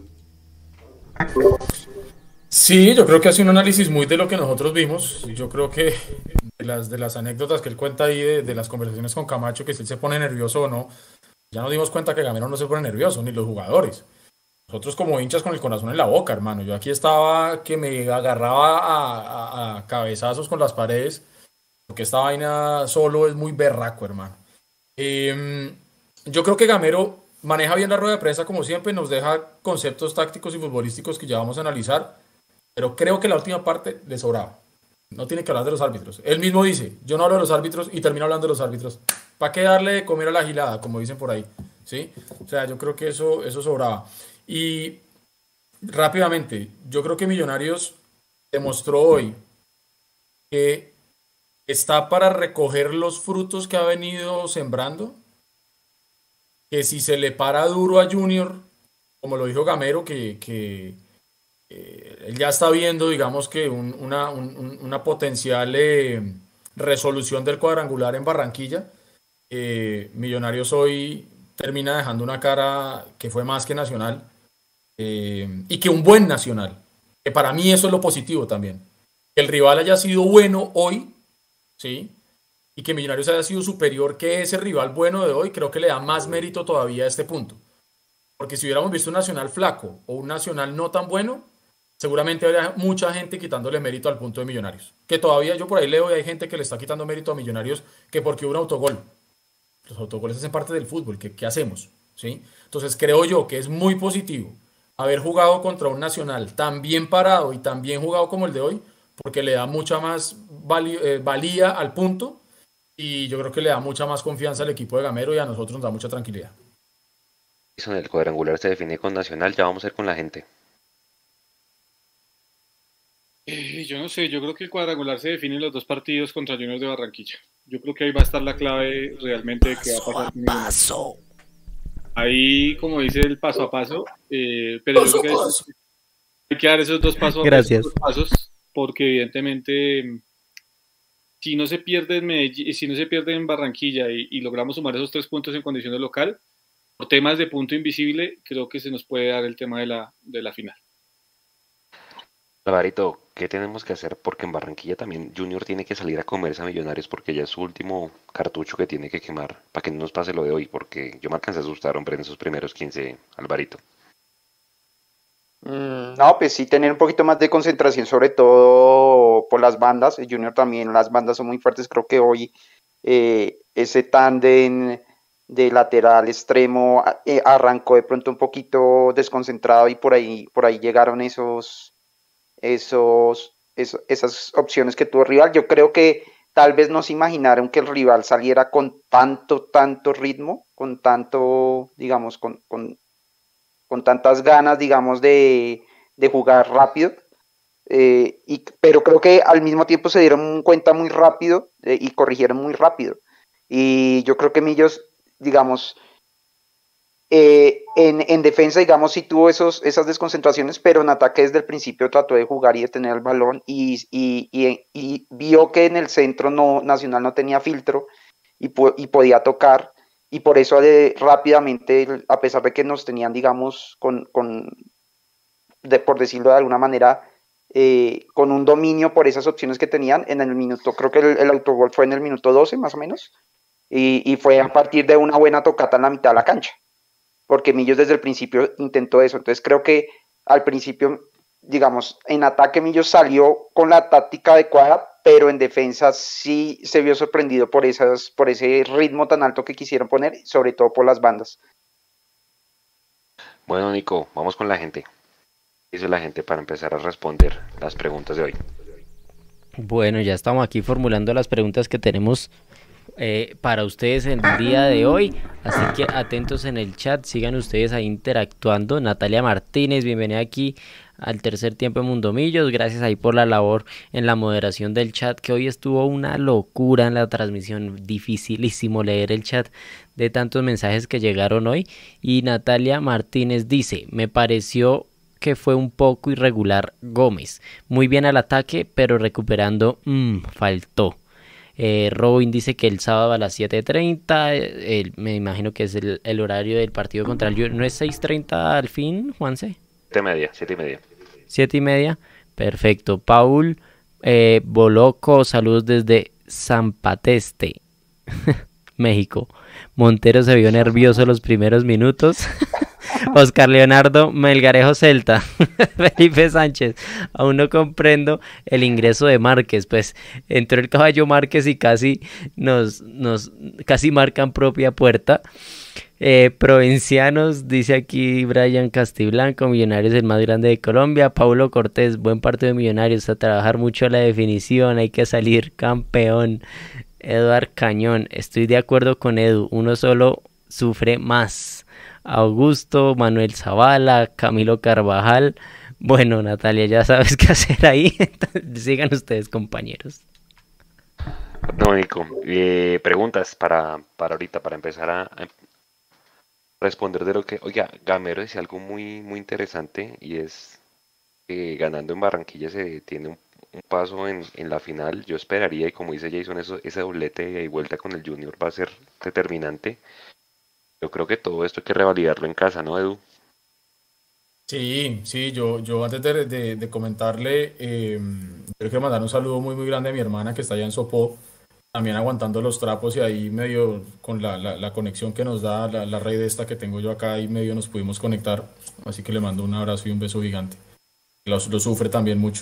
Sí, yo creo que hace un análisis muy de lo que nosotros vimos. Yo creo que de las, de las anécdotas que él cuenta ahí, de, de las conversaciones con Camacho, que si él se pone nervioso o no, ya nos dimos cuenta que Gamero no se pone nervioso, ni los jugadores. Nosotros como hinchas con el corazón en la boca, hermano. Yo aquí estaba que me agarraba a, a- a cabezazos con las paredes, porque esta vaina solo es muy berraco, hermano. Em, yo creo que Gamero maneja bien la rueda de prensa como siempre, nos deja conceptos tácticos y futbolísticos que ya vamos a analizar, pero creo que la última parte le sobraba. No tiene que hablar de los árbitros. Él mismo dice, yo no hablo de los árbitros y termina hablando de los árbitros. ¿Para qué darle de comer a la gilada, como dicen por ahí? ¿Sí? O sea, yo creo que eso, eso sobraba. Y rápidamente, yo creo que Millonarios demostró hoy que está para recoger los frutos que ha venido sembrando, que si se le para duro a Junior, como lo dijo Gamero, que, que eh, él ya está viendo, digamos que un- una, un- un- una potencial eh, resolución del cuadrangular en Barranquilla, eh, Millonarios hoy termina dejando una cara que fue más que Nacional, eh, y que un buen Nacional, que para mí eso es lo positivo también, que el rival haya sido bueno hoy, ¿sí? Y que Millonarios haya sido superior que ese rival bueno de hoy, creo que le da más mérito todavía a este punto. Porque si hubiéramos visto un Nacional flaco o un Nacional no tan bueno, seguramente habría mucha gente quitándole mérito al punto de Millonarios. Que todavía yo por ahí leo y hay gente que le está quitando mérito a Millonarios que porque hubo un autogol. Los autogoles hacen parte del fútbol. ¿Qué, qué hacemos? ¿Sí? Entonces creo yo que es muy positivo haber jugado contra un Nacional tan bien parado y tan bien jugado como el de hoy, porque le da mucha más vali- eh, valía al punto y yo creo que le da mucha más confianza al equipo de Gamero y a nosotros nos da mucha tranquilidad. En el cuadrangular se define con Nacional, ya vamos a ir con la gente. Eh, yo no sé, yo creo que el cuadrangular se define en los dos partidos contra Juniors de Barranquilla. Yo creo que ahí va a estar la clave realmente de qué va a pasar con Millonarios. Ahí, como dice el paso a paso, eh, pero yo creo que hay, hay que dar esos dos pasos, Gracias. esos dos pasos, porque evidentemente si no se pierde en Medellín, si no se pierde en Barranquilla y, y logramos sumar esos tres puntos en condición de local, por temas de punto invisible, creo que se nos puede dar el tema de la, de la final. Alvarito, ¿qué tenemos que hacer? Porque en Barranquilla también Junior tiene que salir a comerse a Millonarios porque ya es su último cartucho que tiene que quemar para que no nos pase lo de hoy, porque yo me alcancé a asustar, hombre, en esos primeros quince, Alvarito. Mm, No, pues sí, tener un poquito más de concentración, sobre todo por las bandas. El Junior también, las bandas son muy fuertes. Creo que hoy eh, ese tándem de lateral extremo a- eh, arrancó de pronto un poquito desconcentrado y por ahí, por ahí llegaron esos, esos, eso- esas opciones que tuvo el rival. Yo creo que tal vez no se imaginaron que el rival saliera con tanto, tanto ritmo, con tanto, digamos, con, con con tantas ganas, digamos, de, de jugar rápido. eh, y, pero creo que al mismo tiempo se dieron cuenta muy rápido eh, y corrigieron muy rápido. Y yo creo que Millos, digamos, eh, en, en defensa, digamos, sí tuvo esos, esas desconcentraciones, pero en ataque desde el principio trató de jugar y de tener el balón y, y, y, y vio que en el centro no, Nacional no tenía filtro y, po- y podía tocar y por eso de, rápidamente, a pesar de que nos tenían, digamos, con, con de, por decirlo de alguna manera, eh, con un dominio por esas opciones que tenían, en el minuto, creo que el, el autogol fue en el minuto doce más o menos, y, y fue a partir de una buena tocata en la mitad de la cancha, porque Millos desde el principio intentó eso, entonces creo que al principio, digamos, en ataque Millos salió con la táctica adecuada, pero en defensa sí se vio sorprendido por, esas, por ese ritmo tan alto que quisieron poner, sobre todo por las bandas. Bueno, Nico, vamos con la gente. ¿Qué dice la gente para empezar a responder las preguntas de hoy? Bueno, ya estamos aquí formulando las preguntas que tenemos eh, para ustedes el día de hoy, así que atentos en el chat, sigan ustedes ahí interactuando. Natalia Martínez, bienvenida aquí al tercer tiempo de Mundomillos, gracias ahí por la labor en la moderación del chat, que hoy estuvo una locura en la transmisión, dificilísimo leer el chat de tantos mensajes que llegaron hoy. Y Natalia Martínez dice, me pareció que fue un poco irregular Gómez, muy bien al ataque, pero recuperando, mmm, faltó. Eh, Robin dice que el sábado a las siete treinta, eh, me imagino que es el, el horario del partido contra el Junior, ¿no es seis treinta al fin, Juanse? Siete y media, siete y media. Siete y media, perfecto. Paul eh, Boloco, saludos desde Zampateste, México. Montero se vio nervioso los primeros minutos. Oscar Leonardo Melgarejo Celta. Felipe Sánchez, aún no comprendo el ingreso de Márquez, pues entró el caballo Márquez y casi nos, nos casi marcan propia puerta. Eh, Provincianos, dice aquí Brian Castiblanco, Millonarios el más grande de Colombia. Paulo Cortés, buen partido de Millonarios, a trabajar mucho la definición, hay que salir campeón. Eduard Cañón, estoy de acuerdo con Edu, uno solo sufre más. Augusto, Manuel Zavala, Camilo Carvajal. Bueno, Natalia, ya sabes qué hacer ahí. Sigan ustedes, compañeros. No, Nico. Eh, preguntas para, para ahorita, para empezar a, a responder de lo que... Oiga, Gamero decía algo muy, muy interesante y es que ganando en Barranquilla se tiene un, un paso en, en la final. Yo esperaría, y como dice Jason, eso, ese doblete y vuelta con el Junior va a ser determinante. Yo creo que todo esto hay que revalidarlo en casa, ¿no, Edu? Sí, sí, yo, yo antes de, de, de comentarle, eh, quiero que mandar un saludo muy, muy grande a mi hermana que está allá en Sopó, también aguantando los trapos y ahí medio con la, la, la conexión que nos da la, la red esta que tengo yo acá y medio nos pudimos conectar, así que le mando un abrazo y un beso gigante. Lo, lo sufre también mucho.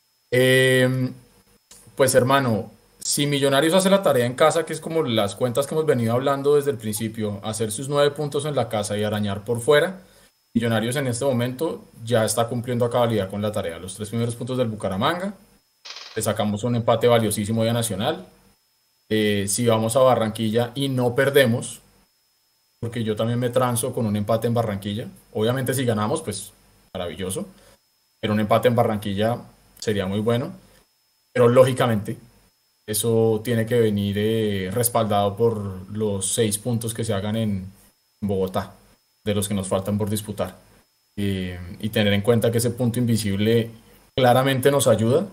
Eh, pues hermano, si Millonarios hace la tarea en casa, que es como las cuentas que hemos venido hablando desde el principio, hacer sus nueve puntos en la casa y arañar por fuera, Millonarios en este momento ya está cumpliendo a cabalidad con la tarea. Los tres primeros puntos del Bucaramanga, le sacamos un empate valiosísimo ya Nacional. Eh, si vamos a Barranquilla y no perdemos, porque yo también me transo con un empate en Barranquilla. Obviamente si ganamos, pues maravilloso, pero un empate en Barranquilla sería muy bueno. Pero lógicamente eso tiene que venir eh, respaldado por los seis puntos que se hagan en Bogotá, de los que nos faltan por disputar. Eh, y tener en cuenta que ese punto invisible claramente nos ayuda,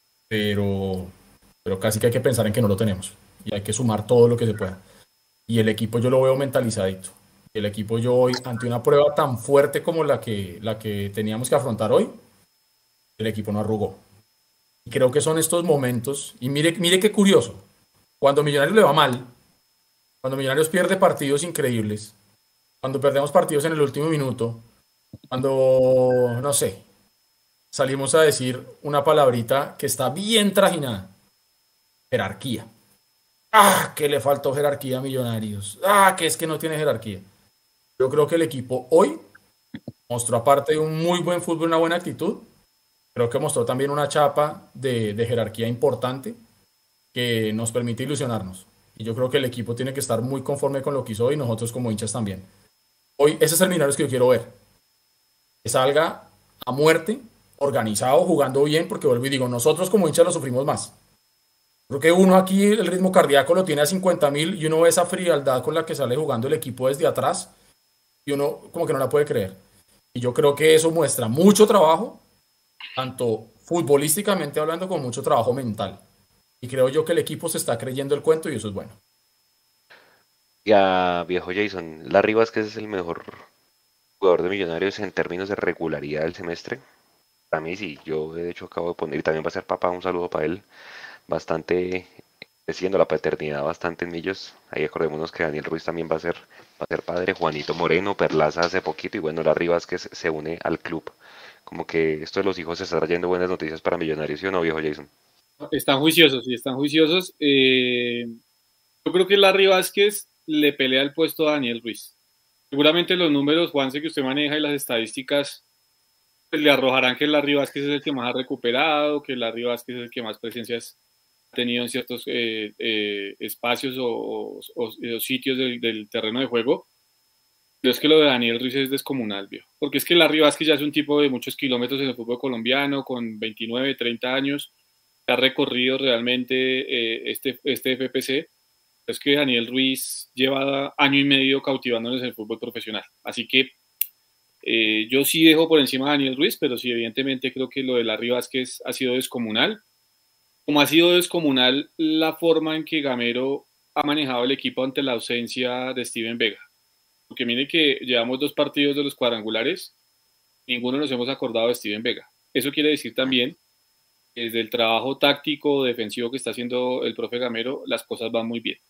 pero, pero casi que hay que pensar en que no lo tenemos. Y hay que sumar todo lo que se pueda. Y el equipo yo lo veo mentalizadito. El equipo yo hoy, ante una prueba tan fuerte como la que, la que teníamos que afrontar hoy, el equipo no arrugó. Y creo que son estos momentos, y mire, mire qué curioso, cuando Millonarios le va mal, cuando Millonarios pierde partidos increíbles, cuando perdemos partidos en el último minuto, cuando, no sé, salimos a decir una palabrita que está bien trajinada, jerarquía. Ah, que le faltó jerarquía a Millonarios. Ah, que es que no tiene jerarquía. Yo creo que el equipo hoy mostró, aparte de un muy buen fútbol, una buena actitud, creo que mostró también una chapa de, de jerarquía importante que nos permite ilusionarnos. Y yo creo que el equipo tiene que estar muy conforme con lo que hizo hoy y nosotros como hinchas también. Hoy ese es el Millonarios que yo quiero ver. Que salga a muerte, organizado, jugando bien, porque vuelvo y digo, nosotros como hinchas lo sufrimos más. Creo que uno aquí el ritmo cardíaco lo tiene a cincuenta mil y uno ve esa frialdad con la que sale jugando el equipo desde atrás y uno como que no la puede creer. Y yo creo que eso muestra mucho trabajo, tanto futbolísticamente hablando como mucho trabajo mental. Y creo yo que el equipo se está creyendo el cuento y eso es bueno. Ya, viejo Jason, Larry Vázquez es el mejor jugador de Millonarios en términos de regularidad del semestre. Para mí sí, yo de hecho acabo de poner, y también va a ser papá, un saludo para él, bastante, creciendo la paternidad bastante en Millos. Ahí acordémonos que Daniel Ruiz también va a ser, va a ser padre, Juanito Moreno, Perlaza hace poquito, y bueno, Larry Vázquez se une al club. Como que esto de los hijos se está trayendo buenas noticias para Millonarios, ¿sí o no, viejo Jason? Están juiciosos, sí, están juiciosos. Eh, yo creo que Larry Vázquez le pelea el puesto a Daniel Ruiz. Seguramente los números, Juanse, que usted maneja y las estadísticas pues, le arrojarán que Larry Vázquez es el que más ha recuperado, que Larry Vázquez es el que más presencias tenido en ciertos eh, eh, espacios o, o, o, o sitios del, del terreno de juego. Pero es que lo de Daniel Ruiz es descomunal, viejo. Porque es que Larry Vázquez ya es un tipo de muchos kilómetros en el fútbol colombiano, con veintinueve, treinta años, ha recorrido realmente eh, este, este F P C. Es que Daniel Ruiz lleva año y medio cautivándonos en el fútbol profesional. Así que eh, yo sí dejo por encima a Daniel Ruiz, pero sí, evidentemente creo que lo de Larry Vázquez ha sido descomunal. Como ha sido descomunal la forma en que Gamero ha manejado el equipo ante la ausencia de Steven Vega. Porque mire que llevamos dos partidos de los cuadrangulares, ninguno nos hemos acordado de Steven Vega. Eso quiere decir también que desde el trabajo táctico defensivo que está haciendo el profe Gamero, las cosas van muy bien.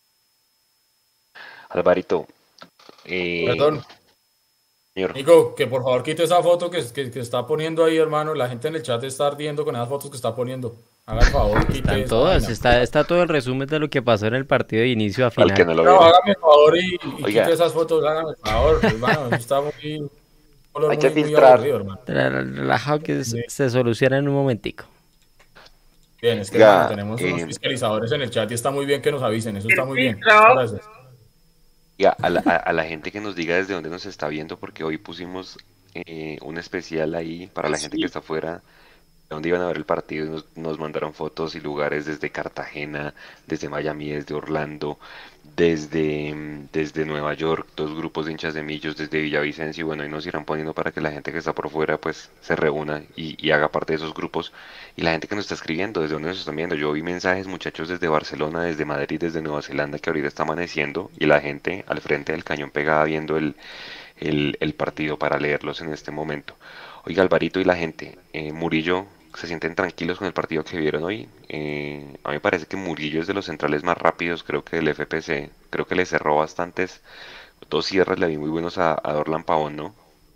Alvarito. Eh, Perdón. Señor. Nico, que por favor quite esa foto que, que, que está poniendo ahí, hermano. La gente en el chat está ardiendo con esas fotos que está poniendo. Haga el favor, quite Están esa todas, vaina. está, está todo el resumen de lo que pasó en el partido de inicio a final. Al que no lo No, vio. hágame el favor y, y Oiga. quite esas fotos, hágame el favor, hermano. Eso está muy, un color Hay que muy, muy filtrar. aburrido, hermano. Relajado que Sí. se soluciona en un momentico. Bien, es que Oiga, hermano, tenemos unos eh, fiscalizadores en el chat y está muy bien que nos avisen. Eso está muy bien. filtro. Gracias. Y a, a la, a- a la gente que nos diga desde dónde nos está viendo, porque hoy pusimos eh, un especial ahí para la gente que está afuera, de dónde iban a ver el partido, y nos, nos mandaron fotos y lugares desde Cartagena, desde Miami, desde Orlando, desde, mm, desde Nueva York, dos grupos de hinchas de Millos, desde Villavicencio, y bueno, ahí nos irán poniendo para que la gente que está por fuera pues se reúna y, y haga parte de esos grupos, y la gente que nos está escribiendo, desde dónde nos están viendo. Yo vi mensajes, muchachos, desde Barcelona, desde Madrid, desde Nueva Zelanda, que ahorita está amaneciendo, y la gente al frente del cañón pegada viendo el, el, el partido para leerlos en este momento. Oiga, Alvarito y la gente, eh, Murillo, ¿se sienten tranquilos con el partido que vieron hoy? Eh, a mí me parece que Murillo es de los centrales más rápidos, creo que del F P C, creo que le cerró bastantes, dos cierres le vi muy buenos a, a Dorlan Pavón, ¿no?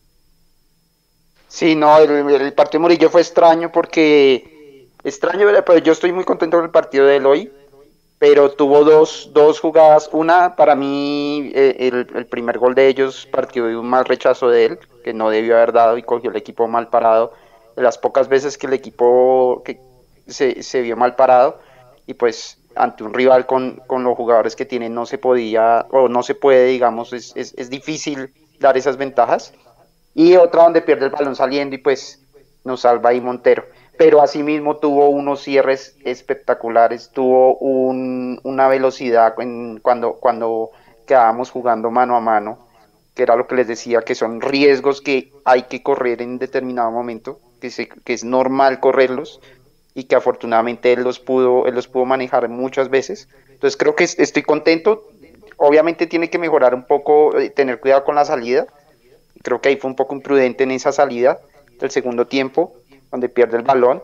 Sí, no, el, el partido de Murillo fue extraño porque, extraño, pero yo estoy muy contento con el partido de él hoy, pero tuvo dos, dos jugadas, una para mí, eh, el, el primer gol de ellos partió de un mal rechazo de él, que no debió haber dado y cogió el equipo mal parado, de las pocas veces que el equipo que se, se vio mal parado, y pues ante un rival con, con los jugadores que tienen no se podía, o no se puede, digamos, es, es, es difícil dar esas ventajas. Y otra donde pierde el balón saliendo y pues nos salva ahí Montero. Pero asimismo tuvo unos cierres espectaculares, tuvo un, una velocidad en, cuando, cuando quedábamos jugando mano a mano, que era lo que les decía, que son riesgos que hay que correr en determinado momento, que, se, que es normal correrlos y que afortunadamente él los pudo, él los pudo manejar muchas veces. Entonces creo que estoy contento. Obviamente tiene que mejorar un poco, eh, tener cuidado con la salida. Creo que ahí fue un poco imprudente en esa salida del segundo tiempo, donde pierde el balón.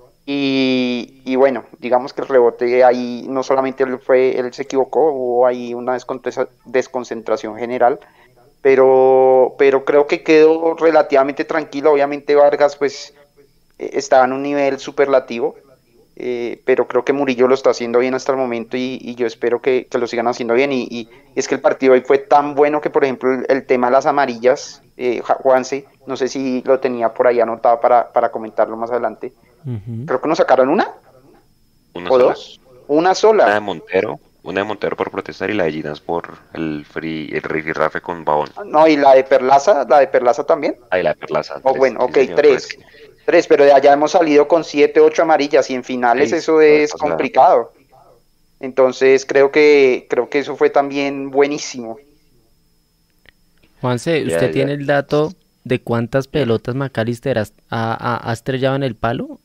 Y, y bueno, digamos que el rebote ahí no solamente él, fue, él se equivocó, hubo ahí una desconcentración general, pero, pero creo que quedó relativamente tranquilo. Obviamente Vargas pues estaba en un nivel superlativo, eh, pero creo que Murillo lo está haciendo bien hasta el momento y, y yo espero que, que lo sigan haciendo bien. Y, y es que el partido hoy fue tan bueno que, por ejemplo, el, el tema de las amarillas, eh, Juanse, no sé si lo tenía por ahí anotado para, para comentarlo más adelante. Uh-huh. Creo que nos sacaron una, ¿Una o sola? dos, una sola. Una de Montero, una de Montero por protestar y la de Ginas por el free, el rifirrafe con Babón. No, y la de Perlaza, la de Perlaza también. Ah, y la de Perlaza. Oh, tres, bueno, sí, ok, señor, tres. pues. Tres, pero de allá hemos salido con siete, ocho amarillas y en finales Sí, eso es o sea, complicado. Entonces creo que creo que eso fue también buenísimo. Juanse, ¿usted Ya, tiene ya. el dato de cuántas pelotas McAllister ha, ha- ha estrellado en el palo?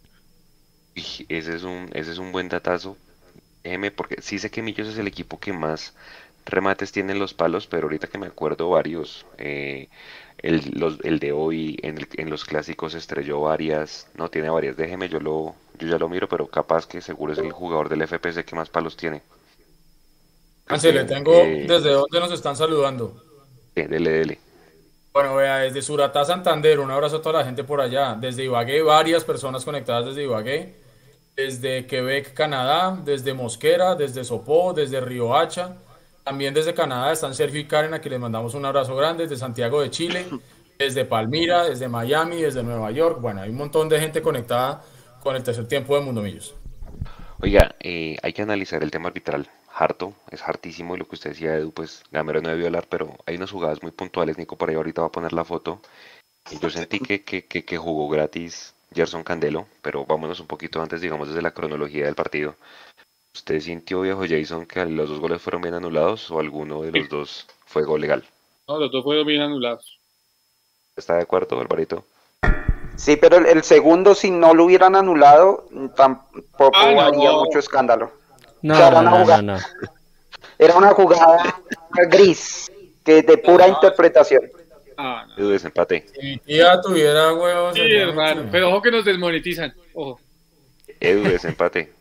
Y ese es un, ese es un buen datazo. Déjeme, porque sí sé que Millos es el equipo que más remates tiene en los palos, pero ahorita que me acuerdo varios, eh, el, los, el de hoy en, el- en los clásicos estrelló varias, no tiene varias, déjeme, yo lo, yo ya lo miro, pero capaz que seguro es el jugador del F P C que más palos tiene. Ansel, le tengo Eh, desde dónde nos están saludando. eh, dele, dele. Bueno, vea, desde Suratá, Santander, un abrazo a toda la gente por allá. Desde Ibagué, varias personas conectadas desde Ibagué. Desde Quebec, Canadá. Desde Mosquera, desde Sopó, desde Riohacha. También desde Canadá están Sergio y Karen, a quienes les mandamos un abrazo grande. Desde Santiago de Chile, desde Palmira, desde Miami, desde Nueva York. Bueno, hay un montón de gente conectada con el tercer tiempo de Mundo Millos. Oiga, eh, hay que analizar el tema arbitral. Harto, es hartísimo y lo que usted decía, Edu, pues Gamero no debió hablar, pero hay unas jugadas muy puntuales. Nico por ahí ahorita va a poner la foto. Y yo sentí que, que, que, que jugó gratis Gerson Candelo, pero vámonos un poquito antes, digamos, desde la cronología del partido. ¿Usted sintió, viejo Jason, que los dos goles fueron bien anulados o alguno de los dos fue gol legal? No, los dos fueron bien anulados. ¿Está de acuerdo, Alvarito? Sí, pero el, el segundo, si no lo hubieran anulado, tampoco Ah, no. haría mucho escándalo. No, O sea, era no, una no, jugada, no, no. era una jugada gris, que de pura interpretación. Ah, no. Edu, desempate. Si ya tuviera huevos. Sí, sería hermano, mucho. pero ojo que nos desmonetizan. Ojo. Edu, desempate.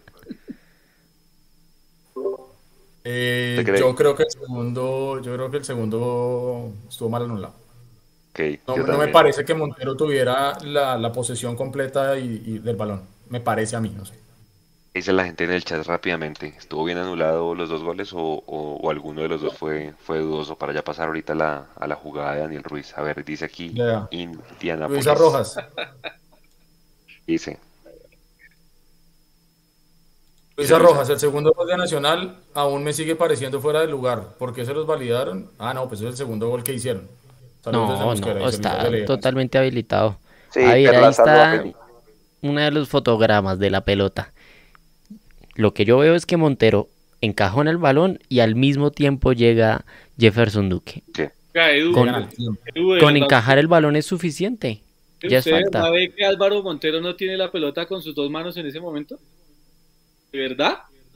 Eh, ¿Te cree? yo creo que el segundo, yo creo que el segundo estuvo mal anulado. Ok, No, yo no me también. parece que Montero tuviera la, la posesión completa y, y del balón. Me parece a mí, no sé. Dice la gente en el chat rápidamente, ¿estuvo bien anulado los dos goles o, o- o alguno de los dos fue, fue dudoso? Para ya pasar ahorita a la, a la jugada de Daniel Ruiz. A ver, dice aquí Ya. Indianapolis. Luisa Rojas. Dice, Luisa Luisa. Rojas, el segundo gol de Nacional aún me sigue pareciendo fuera de lugar. ¿Por qué se los validaron? Ah, no, pues es el segundo gol que hicieron. Saludos desde No, Mosquera, no, dice Luis está de León. totalmente habilitado. Sí, A ver, ahí Perlaza lo está habilita. uno de los fotogramas de la pelota. Lo que yo veo es que Montero encajó en el balón y al mismo tiempo llega Jefferson Duque. Oiga, Edu, Con, Llegan al tiempo. Edu, de con verdad, encajar el balón es suficiente. Ya es ¿usted de falta. verdad ve que Álvaro Montero no tiene la pelota con sus dos manos en ese momento? ¿De verdad?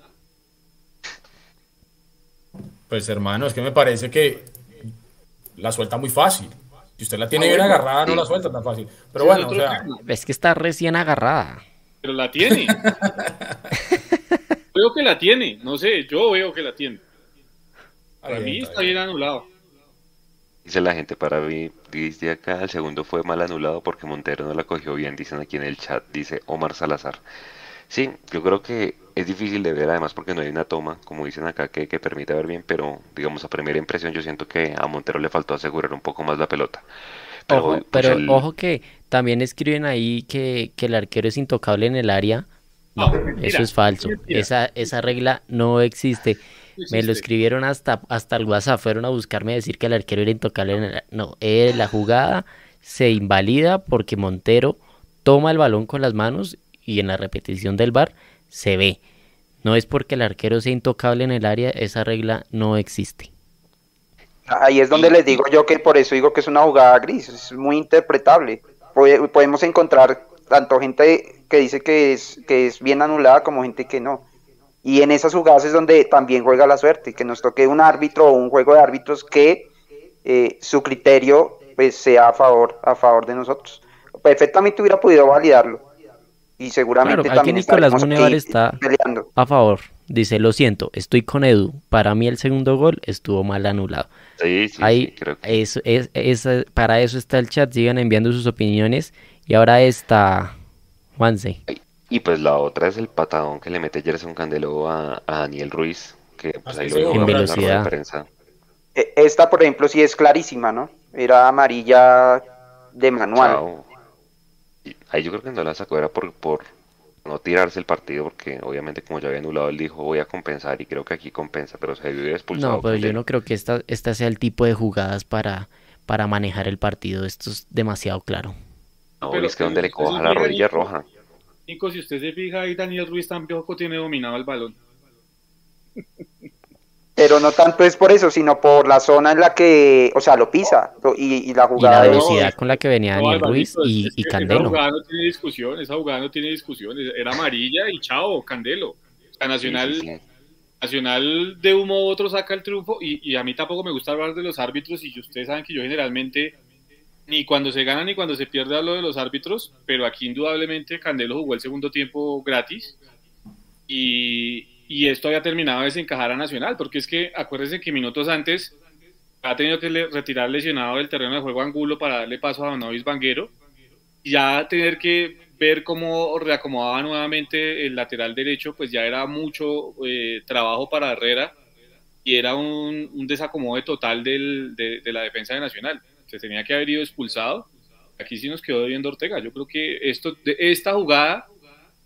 Pues hermano, es que me parece que la suelta muy fácil. Si usted la tiene Ah, bien bueno, agarrada, no sí. la suelta tan fácil. Pero Sí, bueno, o otro sea, tema, Es que está recién agarrada. pero la tiene. Veo que la tiene, no sé, yo veo que la tiene. Para bien, mí está está bien anulado. Dice la gente para mí, dice acá, el segundo fue mal anulado porque Montero no la cogió bien, dicen aquí en el chat, dice Omar Salazar. Sí, yo creo que es difícil de ver además porque no hay una toma, como dicen acá, que, que permita ver bien, pero digamos a primera impresión yo siento que a Montero le faltó asegurar un poco más la pelota. Pero, Ojo, pues, pero el- ojo que también escriben ahí que, que el arquero es intocable en el área. No, mentira, eso es falso. mentira. Esa, esa regla no existe. No Me lo existe. escribieron hasta, hasta el WhatsApp. Fueron a buscarme a decir que el arquero era intocable en el área. No, eh, la jugada se invalida porque Montero toma el balón con las manos y en la repetición del V A R se ve. No es porque el arquero sea intocable en el área, esa regla no existe. Ahí es donde les digo yo que por eso digo que es una jugada gris, es muy interpretable. Pode- Podemos encontrar tanto gente que dice que es, que es bien anulada como gente que no. Y en esas jugadas es donde también juega la suerte, que nos toque un árbitro o un juego de árbitros que eh, su criterio pues sea a favor, a favor de nosotros. Perfectamente hubiera podido validarlo. Y seguramente Claro, aquí también Nicolás estaremos Munevar aquí está peleando. a favor. Dice, lo siento, estoy con Edu. Para mí el segundo gol estuvo mal anulado. sí, sí, Ahí, sí, creo que eso, es, es- para eso está el chat. Sigan enviando sus opiniones. Y ahora está Juanse. Y pues la otra es el patadón que le mete Gerson Candelo a, a Daniel Ruiz, que pues Así ahí se lo dijo jugó, Gamero en la velocidad. rueda de prensa. E- Esta, por ejemplo, sí es clarísima, ¿no? Era amarilla de manual. Chao. Y ahí yo creo que no la sacó, era por, por no tirarse el partido, porque obviamente como ya había anulado, él dijo voy a compensar y creo que aquí compensa, pero se vio expulsado. No, pero yo Candelo. no creo que esta, esta sea el tipo de jugadas para, para manejar el partido. Esto es demasiado claro. No, Pero- es que donde pero le si usted coja se la fija, rodilla Nico, roja. Nico, si usted se fija ahí, Daniel Ruiz tampoco tiene dominado el balón. Pero no tanto es por eso, sino por la zona en la que, o sea, lo pisa lo- y, y la Y la jugada es... velocidad con la que venía No, Daniel Alvarito, Ruiz y, es y que esa Candelo. jugada no tiene discusión, esa jugada no tiene discusión. Era amarilla y chao, Candelo. O sea, Nacional, Sí, sí, sí. Nacional de uno u otro saca el triunfo y, y a mí tampoco me gusta hablar de los árbitros y ustedes saben que yo generalmente ni cuando se gana ni cuando se pierde hablo de los árbitros, pero aquí indudablemente Candelo jugó el segundo tiempo gratis y, y esto había terminado de desencajar a Nacional, porque es que acuérdense que minutos antes ha tenido que le- retirar lesionado del terreno de juego a Angulo para darle paso a Novis Vanguero y ya tener que ver cómo reacomodaba nuevamente el lateral derecho, pues ya era mucho eh, trabajo para Herrera y era un, un desacomodo total del, de, de la defensa de Nacional. Se tenía que haber ido expulsado. Aquí sí nos quedó debiendo Ortega. Yo creo que esto, de esta jugada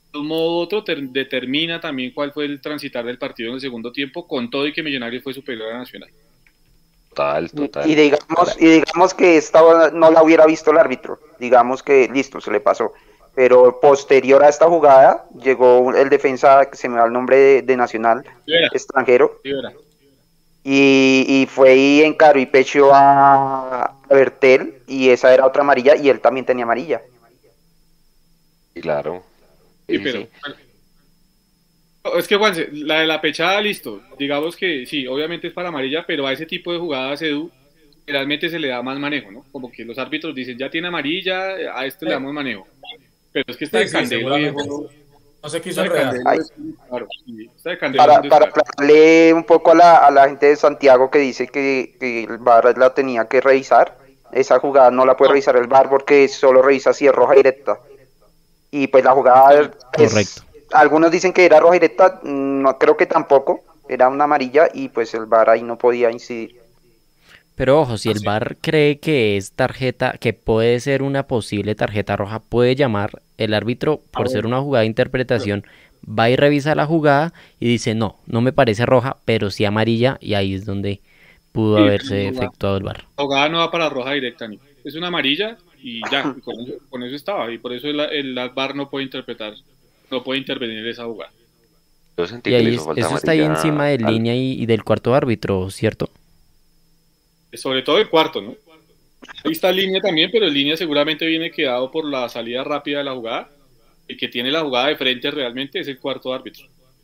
de un modo u otro ter- determina también cuál fue el transitar del partido en el segundo tiempo, con todo y que Millonarios fue superior a Nacional. Total, Y digamos, y digamos que esta no la hubiera visto el árbitro, digamos que listo, se le pasó. Pero posterior a esta jugada llegó el defensa, que se me va el nombre de, de Nacional, Rivera. extranjero, Rivera. y, y fue y encaró y pecho a, a Bertel, y esa era otra amarilla, y él también tenía amarilla. Y claro. Sí, Sí, pero sí. es que Juanse, la de la pechada, listo. Digamos que sí, obviamente es para amarilla, pero a ese tipo de jugadas, Edu, realmente se le da más manejo, ¿no? Como que los árbitros dicen, ya tiene amarilla, a esto le damos manejo. Pero es que está Sí, de sí, Candelo, seguramente. viejo. No se quiso Está de enredar. Candelo, es- claro, sí, está de Candelo, es Para, un para descaro. aclararle un poco a la, a la gente de Santiago que dice que, que el V A R la tenía que revisar, esa jugada no la puede revisar el V A R porque solo revisa si es roja directa. Y pues la jugada, pues, Correcto. algunos dicen que era roja directa, no creo que tampoco, era una amarilla y pues el V A R ahí no podía incidir. Pero ojo, si el V A R cree que es tarjeta, que puede ser una posible tarjeta roja, puede llamar el árbitro por Ah, ser bueno. una jugada de interpretación, va y revisa la jugada y dice, no, no me parece roja, pero sí amarilla, y ahí es donde pudo Sí, haberse pero la jugada- efectuado el V A R. La jugada no va para roja directa, ni. Es una amarilla y ya, y con, eso, con eso estaba. Y por eso el, el V A R no puede interpretar, no puede intervenir en esa jugada. Yo sentí Y que le ahí hizo es- falta eso está ahí amarilla encima de al- línea y, y del cuarto árbitro, ¿cierto? Sobre todo el cuarto, ¿no? Ahí está línea también, pero el línea seguramente viene quedado por la salida rápida de la jugada. El que tiene la jugada de frente realmente es el cuarto árbitro.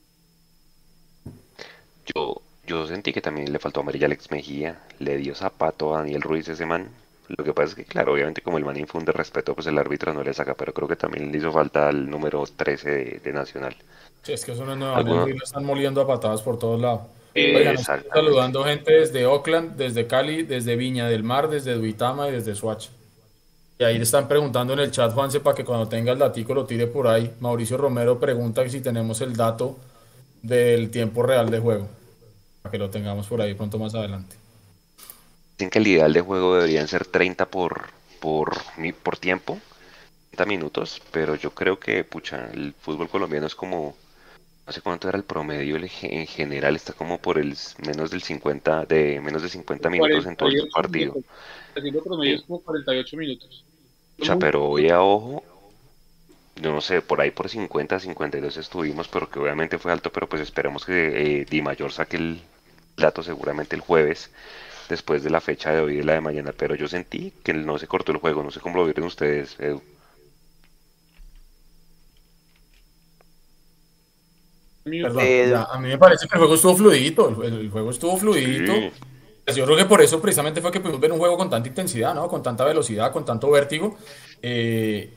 Yo, yo sentí que también le faltó amarilla a Alex Mejía, le dio zapato a Daniel Ruiz ese man. Lo que pasa es que, claro, obviamente como el man infunde respeto, pues el árbitro no le saca, pero creo que también le hizo falta al número trece de, de Nacional. Sí, es que eso no es nuevo. ¿Alguno? Lo están moliendo a patadas por todos lados. Eh, Oigan, estoy exactamente. saludando gente desde Oakland, desde Cali, desde Viña del Mar, desde Duitama y desde Soacha. Y ahí le están preguntando en el chat, Juanse, para que cuando tenga el datico lo tire por ahí. Mauricio Romero pregunta si tenemos el dato del tiempo real de juego, para que lo tengamos por ahí pronto más adelante. Dicen que el ideal de juego deberían ser treinta por, por, mi- por tiempo, treinta minutos, pero yo creo que, pucha, el fútbol colombiano es como, no sé cuánto era el promedio el ge- en general, está como por el s- menos del cincuenta, de menos de cincuenta minutos en todo el cuarenta y ocho partido. minutos. Haciendo promedio Sí. es como cuarenta y ocho minutos. Pucha, pero hoy a ojo, yo no sé, por ahí por cincuenta, cincuenta y dos estuvimos, pero que obviamente fue alto, pero pues esperamos que eh, Di Mayor saque el dato seguramente el jueves, después de la fecha de hoy y de la de mañana, pero yo sentí que no se cortó el juego, no sé cómo lo vieron ustedes, Edu. Perdón, Eh, ya, a mí me parece que el juego estuvo fluidito, el, el juego estuvo fluidito. Sí. Pues yo creo que por eso precisamente fue que pudimos ver un juego con tanta intensidad, ¿no? Con tanta velocidad, con tanto vértigo. Eh,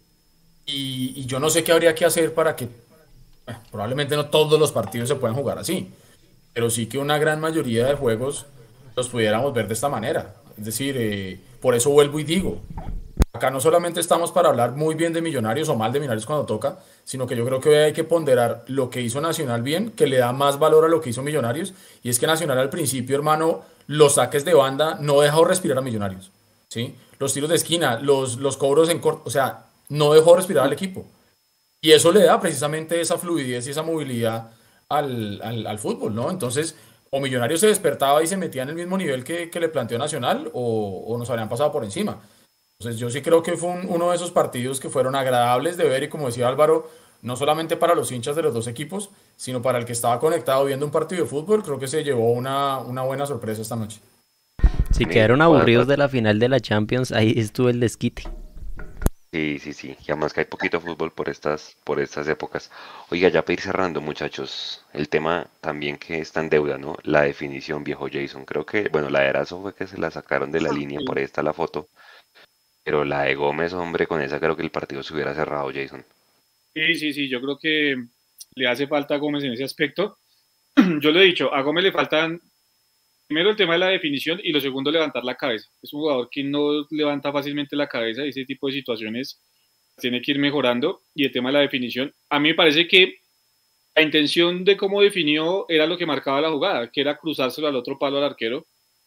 y, y yo no sé qué habría que hacer para que, eh, probablemente no todos los partidos se puedan jugar así, pero sí que una gran mayoría de juegos los pudiéramos ver de esta manera. Es decir, eh, por eso vuelvo y digo, acá no solamente estamos para hablar muy bien de Millonarios o mal de Millonarios cuando toca, sino que yo creo que hoy hay que ponderar lo que hizo Nacional bien, que le da más valor a lo que hizo Millonarios, y es que Nacional al principio, hermano, los saques de banda no dejó respirar a Millonarios, ¿sí? Los tiros de esquina, los, los cobros en corto, o sea, no dejó respirar al equipo. Y eso le da precisamente esa fluidez y esa movilidad al, al, al fútbol, ¿no? Entonces, o Millonarios se despertaba y se metía en el mismo nivel que, que le planteó Nacional, o, o nos habrían pasado por encima. Entonces yo sí creo que fue un- uno de esos partidos que fueron agradables de ver y como decía Álvaro, no solamente para los hinchas de los dos equipos, sino para el que estaba conectado viendo un partido de fútbol, creo que se llevó una, una buena sorpresa esta noche. Si Me quedaron cuadra. aburridos de la final de la Champions, ahí estuvo el desquite. Sí, sí, sí, y además que hay poquito fútbol por estas, por estas épocas. Oiga, ya para ir cerrando, muchachos, el tema también que está en deuda, ¿no? La definición, viejo Jason. Creo que, bueno, la de Erazo fue que se la sacaron de la línea, por ahí está la foto. Pero la de Gómez, hombre, con esa creo que el partido se hubiera cerrado, Jason. Sí, sí, sí, yo creo que le hace falta a Gómez en ese aspecto. Yo lo he dicho, a Gómez le faltan primero el tema de la definición y lo segundo levantar la cabeza. Es un jugador que no levanta fácilmente la cabeza y ese tipo de situaciones tiene que ir mejorando. Y el tema de la definición, a mí me parece que la intención de cómo definió era lo que marcaba la jugada, que era cruzárselo al otro palo al arquero,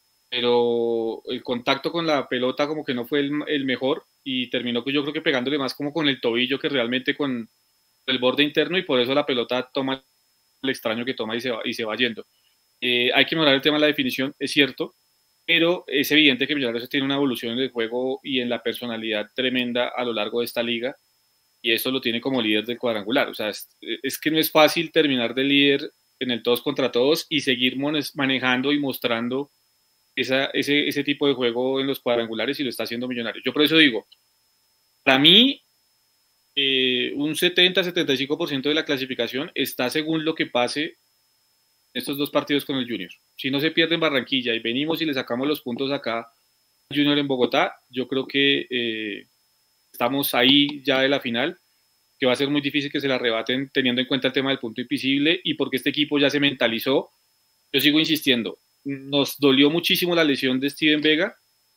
pero el contacto con la pelota como que no fue el, el mejor y terminó pues, yo creo que pegándole más como con el tobillo que realmente con, el borde interno y por eso la pelota toma el extraño que toma y se va, y se va yendo. Eh, hay que mejorar el tema de la definición, es cierto, pero es evidente que Millonarios tiene una evolución en el juego y en la personalidad tremenda a lo largo de esta liga, y eso lo tiene como líder del cuadrangular. O sea, es, es que no es fácil terminar de líder en el todos contra todos y seguir manejando y mostrando esa, ese, ese tipo de juego en los cuadrangulares, y lo está haciendo Millonarios. Yo por eso digo, para mí, eh, un setenta a setenta y cinco por ciento de la clasificación está según lo que pase estos dos partidos con el Junior. Si no se pierde en Barranquilla y venimos y le sacamos los puntos acá al Junior en Bogotá, yo creo que eh, estamos ahí ya de la final, que va a ser muy difícil que se la arrebaten teniendo en cuenta el tema del punto invisible y porque este equipo ya se mentalizó. Yo sigo insistiendo, nos dolió muchísimo la lesión de Steven Vega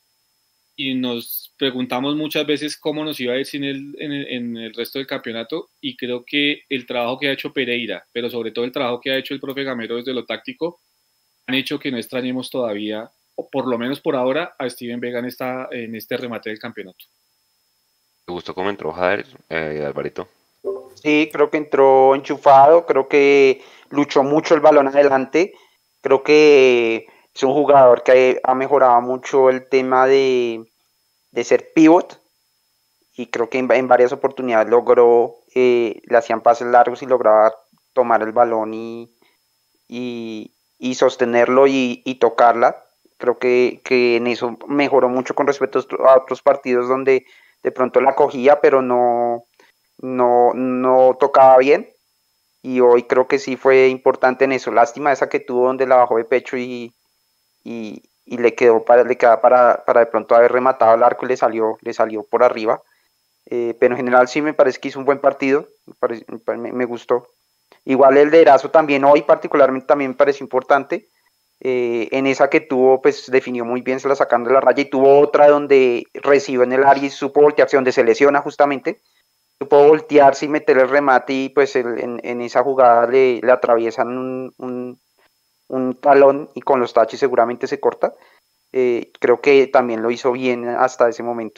y nos preguntamos muchas veces cómo nos iba a ir sin él en el, en el resto del campeonato, y creo que el trabajo que ha hecho Pereira, pero sobre todo el trabajo que ha hecho el profe Gamero desde lo táctico, han hecho que no extrañemos todavía, o por lo menos por ahora, a Steven Vega en, esta, en este remate del campeonato. ¿Te gustó cómo entró Jader, eh, Alvarito? Sí, creo que entró enchufado, creo que luchó mucho el balón adelante, creo que es un jugador que ha mejorado mucho el tema de, de ser pivot, y creo que en, en varias oportunidades logró, eh, le hacían pases largos y lograba tomar el balón y, y, y sostenerlo y, y tocarla. Creo que, que en eso mejoró mucho con respecto a otros partidos donde de pronto la cogía, pero no, no, no tocaba bien. Y hoy creo que sí fue importante en eso. Lástima esa que tuvo donde la bajó de pecho y, y, y le quedó para, le queda para, para de pronto haber rematado el arco y le salió, le salió por arriba. Eh, pero en general sí me parece que hizo un buen partido, me, parece, me, me gustó. Igual el de Erazo también hoy particularmente también me pareció importante. Eh, en esa que tuvo, pues definió muy bien, se la sacando de la raya, y tuvo otra donde recibió en el área y supo voltearse, donde se lesiona justamente. Supo voltearse y meter el remate, y pues el, en, en esa jugada le, le atraviesan un, un, un talón y con los taches seguramente se corta. Eh, creo que también lo hizo bien hasta ese momento.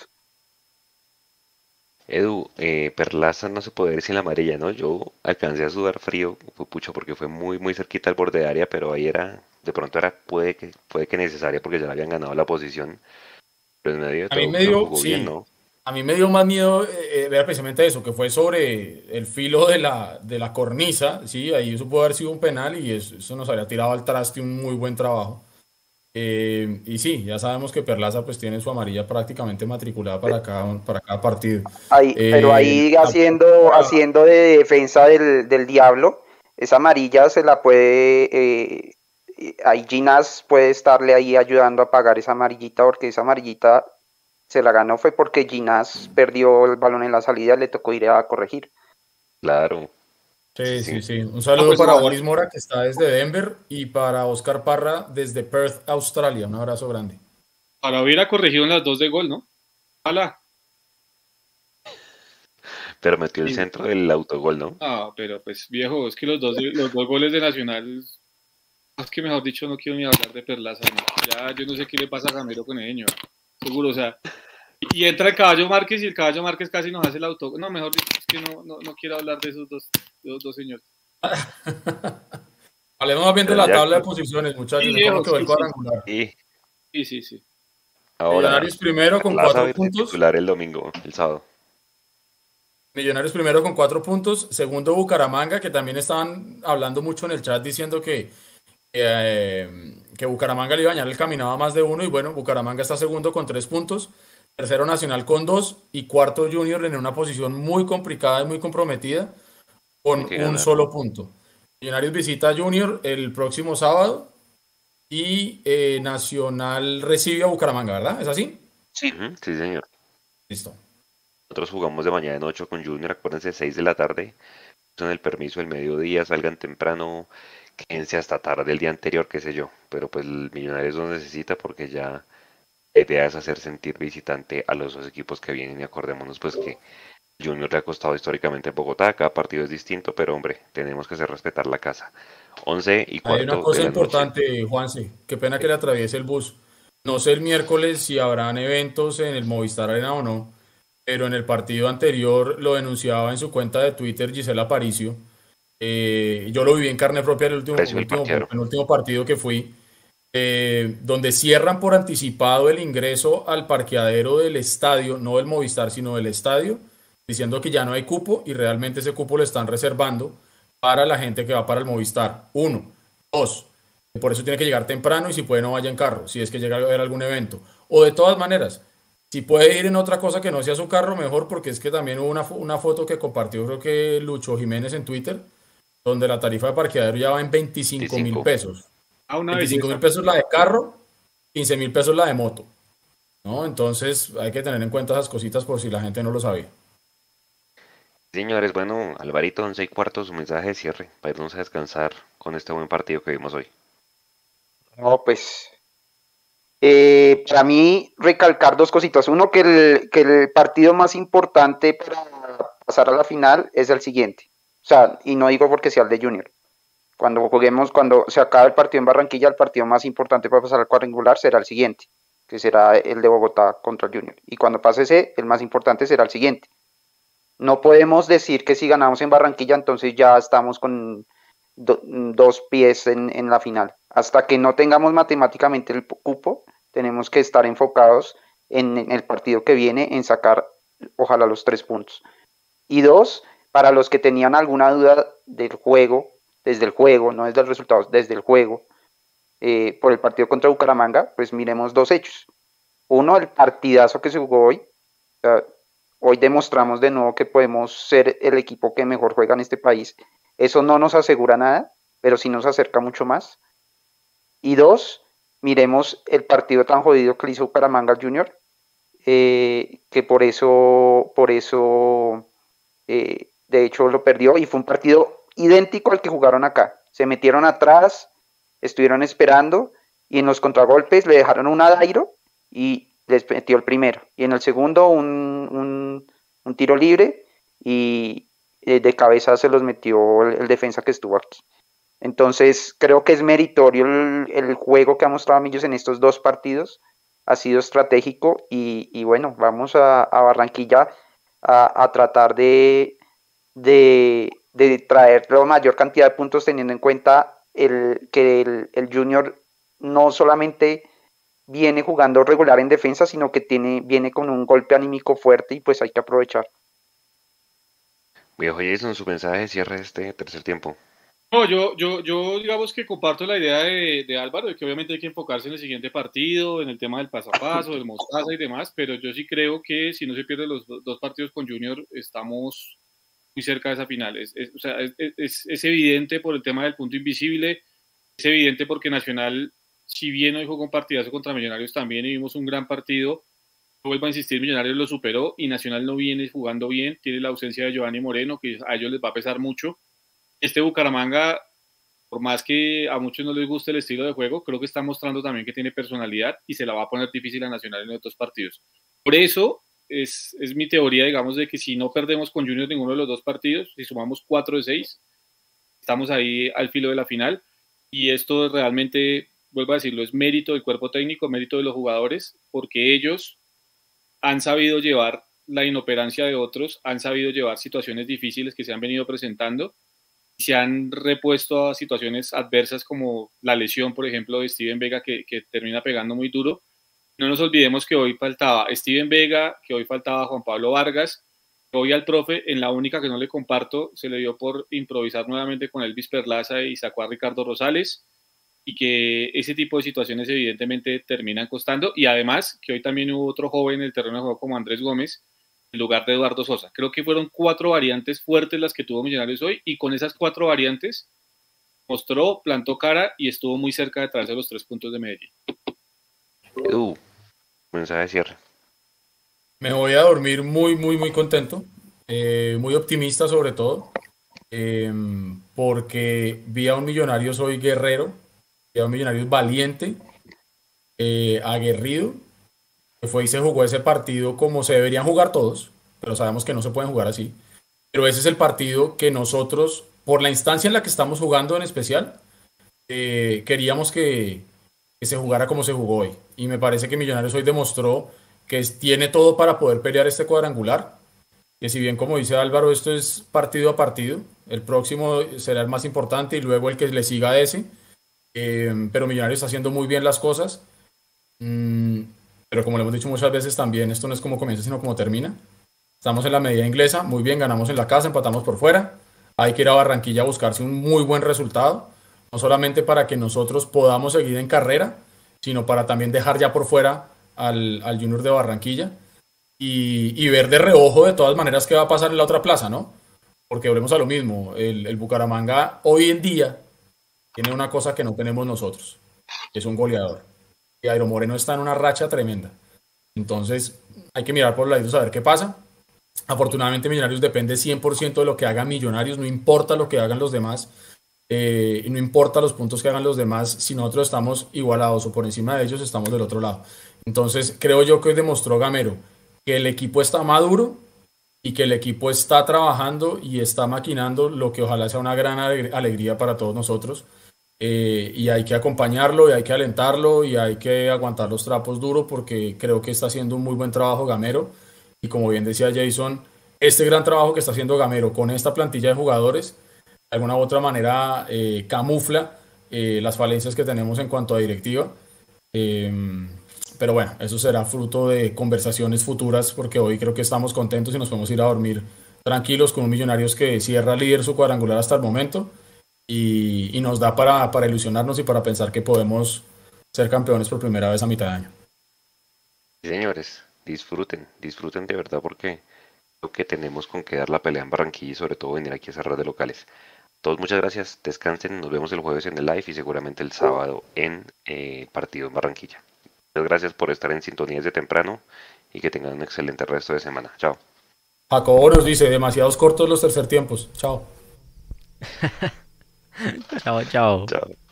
Edu, eh, Perlaza no se puede ver sin la amarilla, ¿no? Yo alcancé a sudar frío, fue pucho, porque fue muy muy cerquita al borde de área, pero ahí era, de pronto era, puede que puede que necesaria porque ya le habían ganado la posición, pero en medio de todo, a mí me dio, jugó sí, bien, ¿no? A mí me dio más miedo eh, ver precisamente eso, que fue sobre el filo de la, de la cornisa, sí, ahí eso pudo haber sido un penal y eso, eso nos habría tirado al traste un muy buen trabajo. Eh, y sí, ya sabemos que Perlaza pues tiene su amarilla prácticamente matriculada para cada, para cada partido. Ahí, eh, pero ahí haciendo, la... haciendo de defensa del, del diablo, esa amarilla se la puede, eh, ahí Ginás puede estarle ahí ayudando a pagar esa amarillita, porque esa amarillita se la ganó fue porque Ginás perdió el balón en la salida, le tocó ir a corregir. Claro. Sí, sí, sí. Un saludo ah, pues, para Boris Mora, que está desde Denver, y para Oscar Parra desde Perth, Australia. Un abrazo grande. Para hubiera corregido en las dos de gol, ¿no? Ojalá. Pero metió el sí. centro del autogol, ¿no? Ah, pero pues viejo, es que los dos, los dos goles de Nacional, es que mejor dicho no quiero ni hablar de Perlaza, ¿no? Ya yo no sé qué le pasa a Gamero con el señor. Seguro, o sea, y entra el Caballo Márquez y el Caballo Márquez casi nos hace el auto. No, mejor dicho, es que no, no, no quiero hablar de esos dos, de esos dos señores. Hablemos más bien de la tabla de posiciones, muchachos. Sí, ¿Cómo sí, quedó el sí, cuadrangular? Sí, sí, sí. sí. Ahora, Millonarios primero con cuatro puntos. Titular el domingo, el sábado. Millonarios primero con cuatro puntos. Segundo Bucaramanga, que también estaban hablando mucho en el chat diciendo que, eh, que Bucaramanga le iba a dañar el caminado a más de uno. Y bueno, Bucaramanga está segundo con tres puntos. Tercero Nacional con dos y cuarto Junior en una posición muy complicada y muy comprometida con un ganar. solo punto. Millonarios visita a Junior el próximo sábado y eh, Nacional recibe a Bucaramanga, ¿verdad? ¿Es así? Sí, sí señor. Listo. Nosotros jugamos de mañana en ocho con Junior, acuérdense, seis de la tarde. Son el permiso del mediodía, salgan temprano, quédense hasta tarde el día anterior, qué sé yo. Pero pues el Millonarios lo necesita porque ya... La idea es hacer sentir visitante a los dos equipos que vienen, y acordémonos pues que Junior le ha costado históricamente en Bogotá, cada partido es distinto, pero hombre, tenemos que hacer respetar la casa. once y cuarto. Hay una cosa de la importante, noche. Juanse, qué pena que le atraviese el bus. No sé el miércoles si habrán eventos en el Movistar Arena o no, pero en el partido anterior lo denunciaba en su cuenta de Twitter Gisela Aparicio. Eh, yo lo viví en carne propia en el último, Precio el último, parqueadero. el último partido que fui, eh, donde cierran por anticipado el ingreso al parqueadero del estadio, no del Movistar, sino del estadio, diciendo que ya no hay cupo y realmente ese cupo lo están reservando para la gente que va para el Movistar. Uno. Dos. Por eso tiene que llegar temprano y si puede no vaya en carro, si es que llega a haber algún evento. O de todas maneras, si puede ir en otra cosa que no sea su carro, mejor, porque es que también hubo una, fo- una foto que compartió creo que Lucho Jiménez en Twitter, donde la tarifa de parqueadero ya va en veinticinco mil pesos. Ah, una veinticinco mil belleza. pesos la de carro, quince mil pesos la de moto. ¿No? Entonces hay que tener en cuenta esas cositas por si la gente no lo sabía. Señores, bueno, Alvarito, once y cuarto, su mensaje de cierre, para irnos a descansar con este buen partido que vimos hoy. No, pues eh, para mí recalcar dos cositas. Uno, que el, que el partido más importante para pasar a la final es el siguiente. O sea, y no digo porque sea el de Junior. Cuando juguemos, cuando se acabe el partido en Barranquilla, el partido más importante para pasar al cuadrangular será el siguiente, que será el de Bogotá contra el Junior. Y cuando pase ese, el más importante será el siguiente. No podemos decir que si ganamos en Barranquilla, entonces ya estamos con do, dos pies en, en la final. Hasta que no tengamos matemáticamente el cupo, tenemos que estar enfocados en, en el partido que viene, en sacar, ojalá, los tres puntos. Y dos, para los que tenían alguna duda del juego, desde el juego, no desde el resultado, desde el juego, eh, por el partido contra Bucaramanga, pues miremos dos hechos. Uno, el partidazo que se jugó hoy. O sea, hoy demostramos de nuevo que podemos ser el equipo que mejor juega en este país. Eso no nos asegura nada, pero sí nos acerca mucho más. Y dos, miremos el partido tan jodido que le hizo Bucaramanga Junior, eh, que por eso, por eso, eh, de hecho lo perdió, y fue un partido idéntico al que jugaron acá. Se metieron atrás, estuvieron esperando, y en los contragolpes le dejaron un Dairo y les metió el primero. Y en el segundo un, un, un tiro libre, y eh, de cabeza se los metió el, el defensa que estuvo aquí. Entonces creo que es meritorio el, el juego que ha mostrado Millos en estos dos partidos. Ha sido estratégico y, y bueno, vamos a, a Barranquilla a, a tratar de, de, de traer la mayor cantidad de puntos, teniendo en cuenta el, que el, el Junior no solamente viene jugando regular en defensa, sino que tiene, viene con un golpe anímico fuerte y pues hay que aprovechar. Viejo Jason, su mensaje de cierre de este tercer tiempo. No, yo, yo, yo digamos que comparto la idea de, de Álvaro, de que obviamente hay que enfocarse en el siguiente partido, en el tema del paso a paso, del Mostaza y demás, pero yo sí creo que si no se pierden los do- dos partidos con Junior, estamos muy cerca de esa final. Es, es- o sea, es, es- es evidente por el tema del punto invisible, es evidente porque Nacional, si bien hoy jugó un partidazo contra Millonarios también y vimos un gran partido, vuelvo a insistir, Millonarios lo superó y Nacional no viene jugando bien, tiene la ausencia de Giovanni Moreno, que a ellos les va a pesar mucho. Este Bucaramanga, por más que a muchos no les guste el estilo de juego, creo que está mostrando también que tiene personalidad y se la va a poner difícil a Nacional en otros partidos. Por eso es, es mi teoría, digamos, de que si no perdemos con Junior ninguno de los dos partidos, si sumamos cuatro de seis, estamos ahí al filo de la final. Y esto realmente, vuelvo a decirlo, es mérito del cuerpo técnico, mérito de los jugadores, porque ellos han sabido llevar la inoperancia de otros, han sabido llevar situaciones difíciles que se han venido presentando, se han repuesto a situaciones adversas como la lesión, por ejemplo, de Steven Vega, que, que termina pegando muy duro. No nos olvidemos que hoy faltaba Steven Vega, que hoy faltaba Juan Pablo Vargas. Hoy al profe, en la única que no le comparto, se le dio por improvisar nuevamente con Elvis Perlaza y sacó a Ricardo Rosales, y que ese tipo de situaciones evidentemente terminan costando, y además que hoy también hubo otro joven en el terreno de juego como Andrés Gómez, en lugar de Eduardo Sosa. Creo que fueron cuatro variantes fuertes las que tuvo Millonarios hoy, y con esas cuatro variantes mostró, plantó cara y estuvo muy cerca de traerse los tres puntos de Medellín. Edu, mensaje de cierre. Me voy a dormir muy, muy, muy contento, eh, muy optimista sobre todo, eh, porque vi a un Millonarios hoy guerrero, vi a un Millonarios valiente, eh, aguerrido, que fue y se jugó ese partido como se deberían jugar todos, pero sabemos que no se pueden jugar así. Pero ese es el partido que nosotros, por la instancia en la que estamos jugando en especial, eh, queríamos que, que se jugara como se jugó hoy. Y me parece que Millonarios hoy demostró que es- tiene todo para poder pelear este cuadrangular. Que si bien, como dice Álvaro, esto es partido a partido, el próximo será el más importante y luego el que le siga a ese. Eh, pero Millonarios está haciendo muy bien las cosas. Mm, pero como lo hemos dicho muchas veces también, esto no es como comienza, sino como termina. Estamos en la medida inglesa, muy bien, ganamos en la casa, empatamos por fuera. Hay que ir a Barranquilla a buscarse un muy buen resultado, no solamente para que nosotros podamos seguir en carrera, sino para también dejar ya por fuera al, al Junior de Barranquilla y, y ver de reojo de todas maneras qué va a pasar en la otra plaza, ¿no? Porque volvemos a lo mismo, el, el Bucaramanga hoy en día tiene una cosa que no tenemos nosotros, que es un goleador. Y Airo Moreno está en una racha tremenda. Entonces hay que mirar por el lado a ver qué pasa. Afortunadamente Millonarios depende cien por ciento de lo que hagan Millonarios, no importa lo que hagan los demás, eh, y no importa los puntos que hagan los demás, si nosotros estamos igualados o por encima de ellos, estamos del otro lado. Entonces creo yo que hoy demostró Gamero que el equipo está maduro y que el equipo está trabajando y está maquinando lo que ojalá sea una gran alegr- alegría para todos nosotros. Eh, y hay que acompañarlo y hay que alentarlo y hay que aguantar los trapos duros porque creo que está haciendo un muy buen trabajo Gamero. Y como bien decía Jason, este gran trabajo que está haciendo Gamero con esta plantilla de jugadores, de alguna u otra manera eh, camufla eh, las falencias que tenemos en cuanto a directiva. Eh, pero bueno, eso será fruto de conversaciones futuras porque hoy creo que estamos contentos y nos podemos ir a dormir tranquilos con un Millonarios que cierra líder su cuadrangular hasta el momento y, y nos da para, para ilusionarnos y para pensar que podemos ser campeones por primera vez a mitad de año. Sí, señores, disfruten, disfruten de verdad porque creo que tenemos con que dar la pelea en Barranquilla y sobre todo venir aquí a cerrar de locales. Todos muchas gracias, descansen, nos vemos el jueves en el live y seguramente el sábado en eh, partido en Barranquilla. Muchas gracias por estar en sintonía desde temprano y que tengan un excelente resto de semana. Chao. Jacobo nos dice, demasiados cortos los tercer tiempos. Chao. Chao, chao. Chao.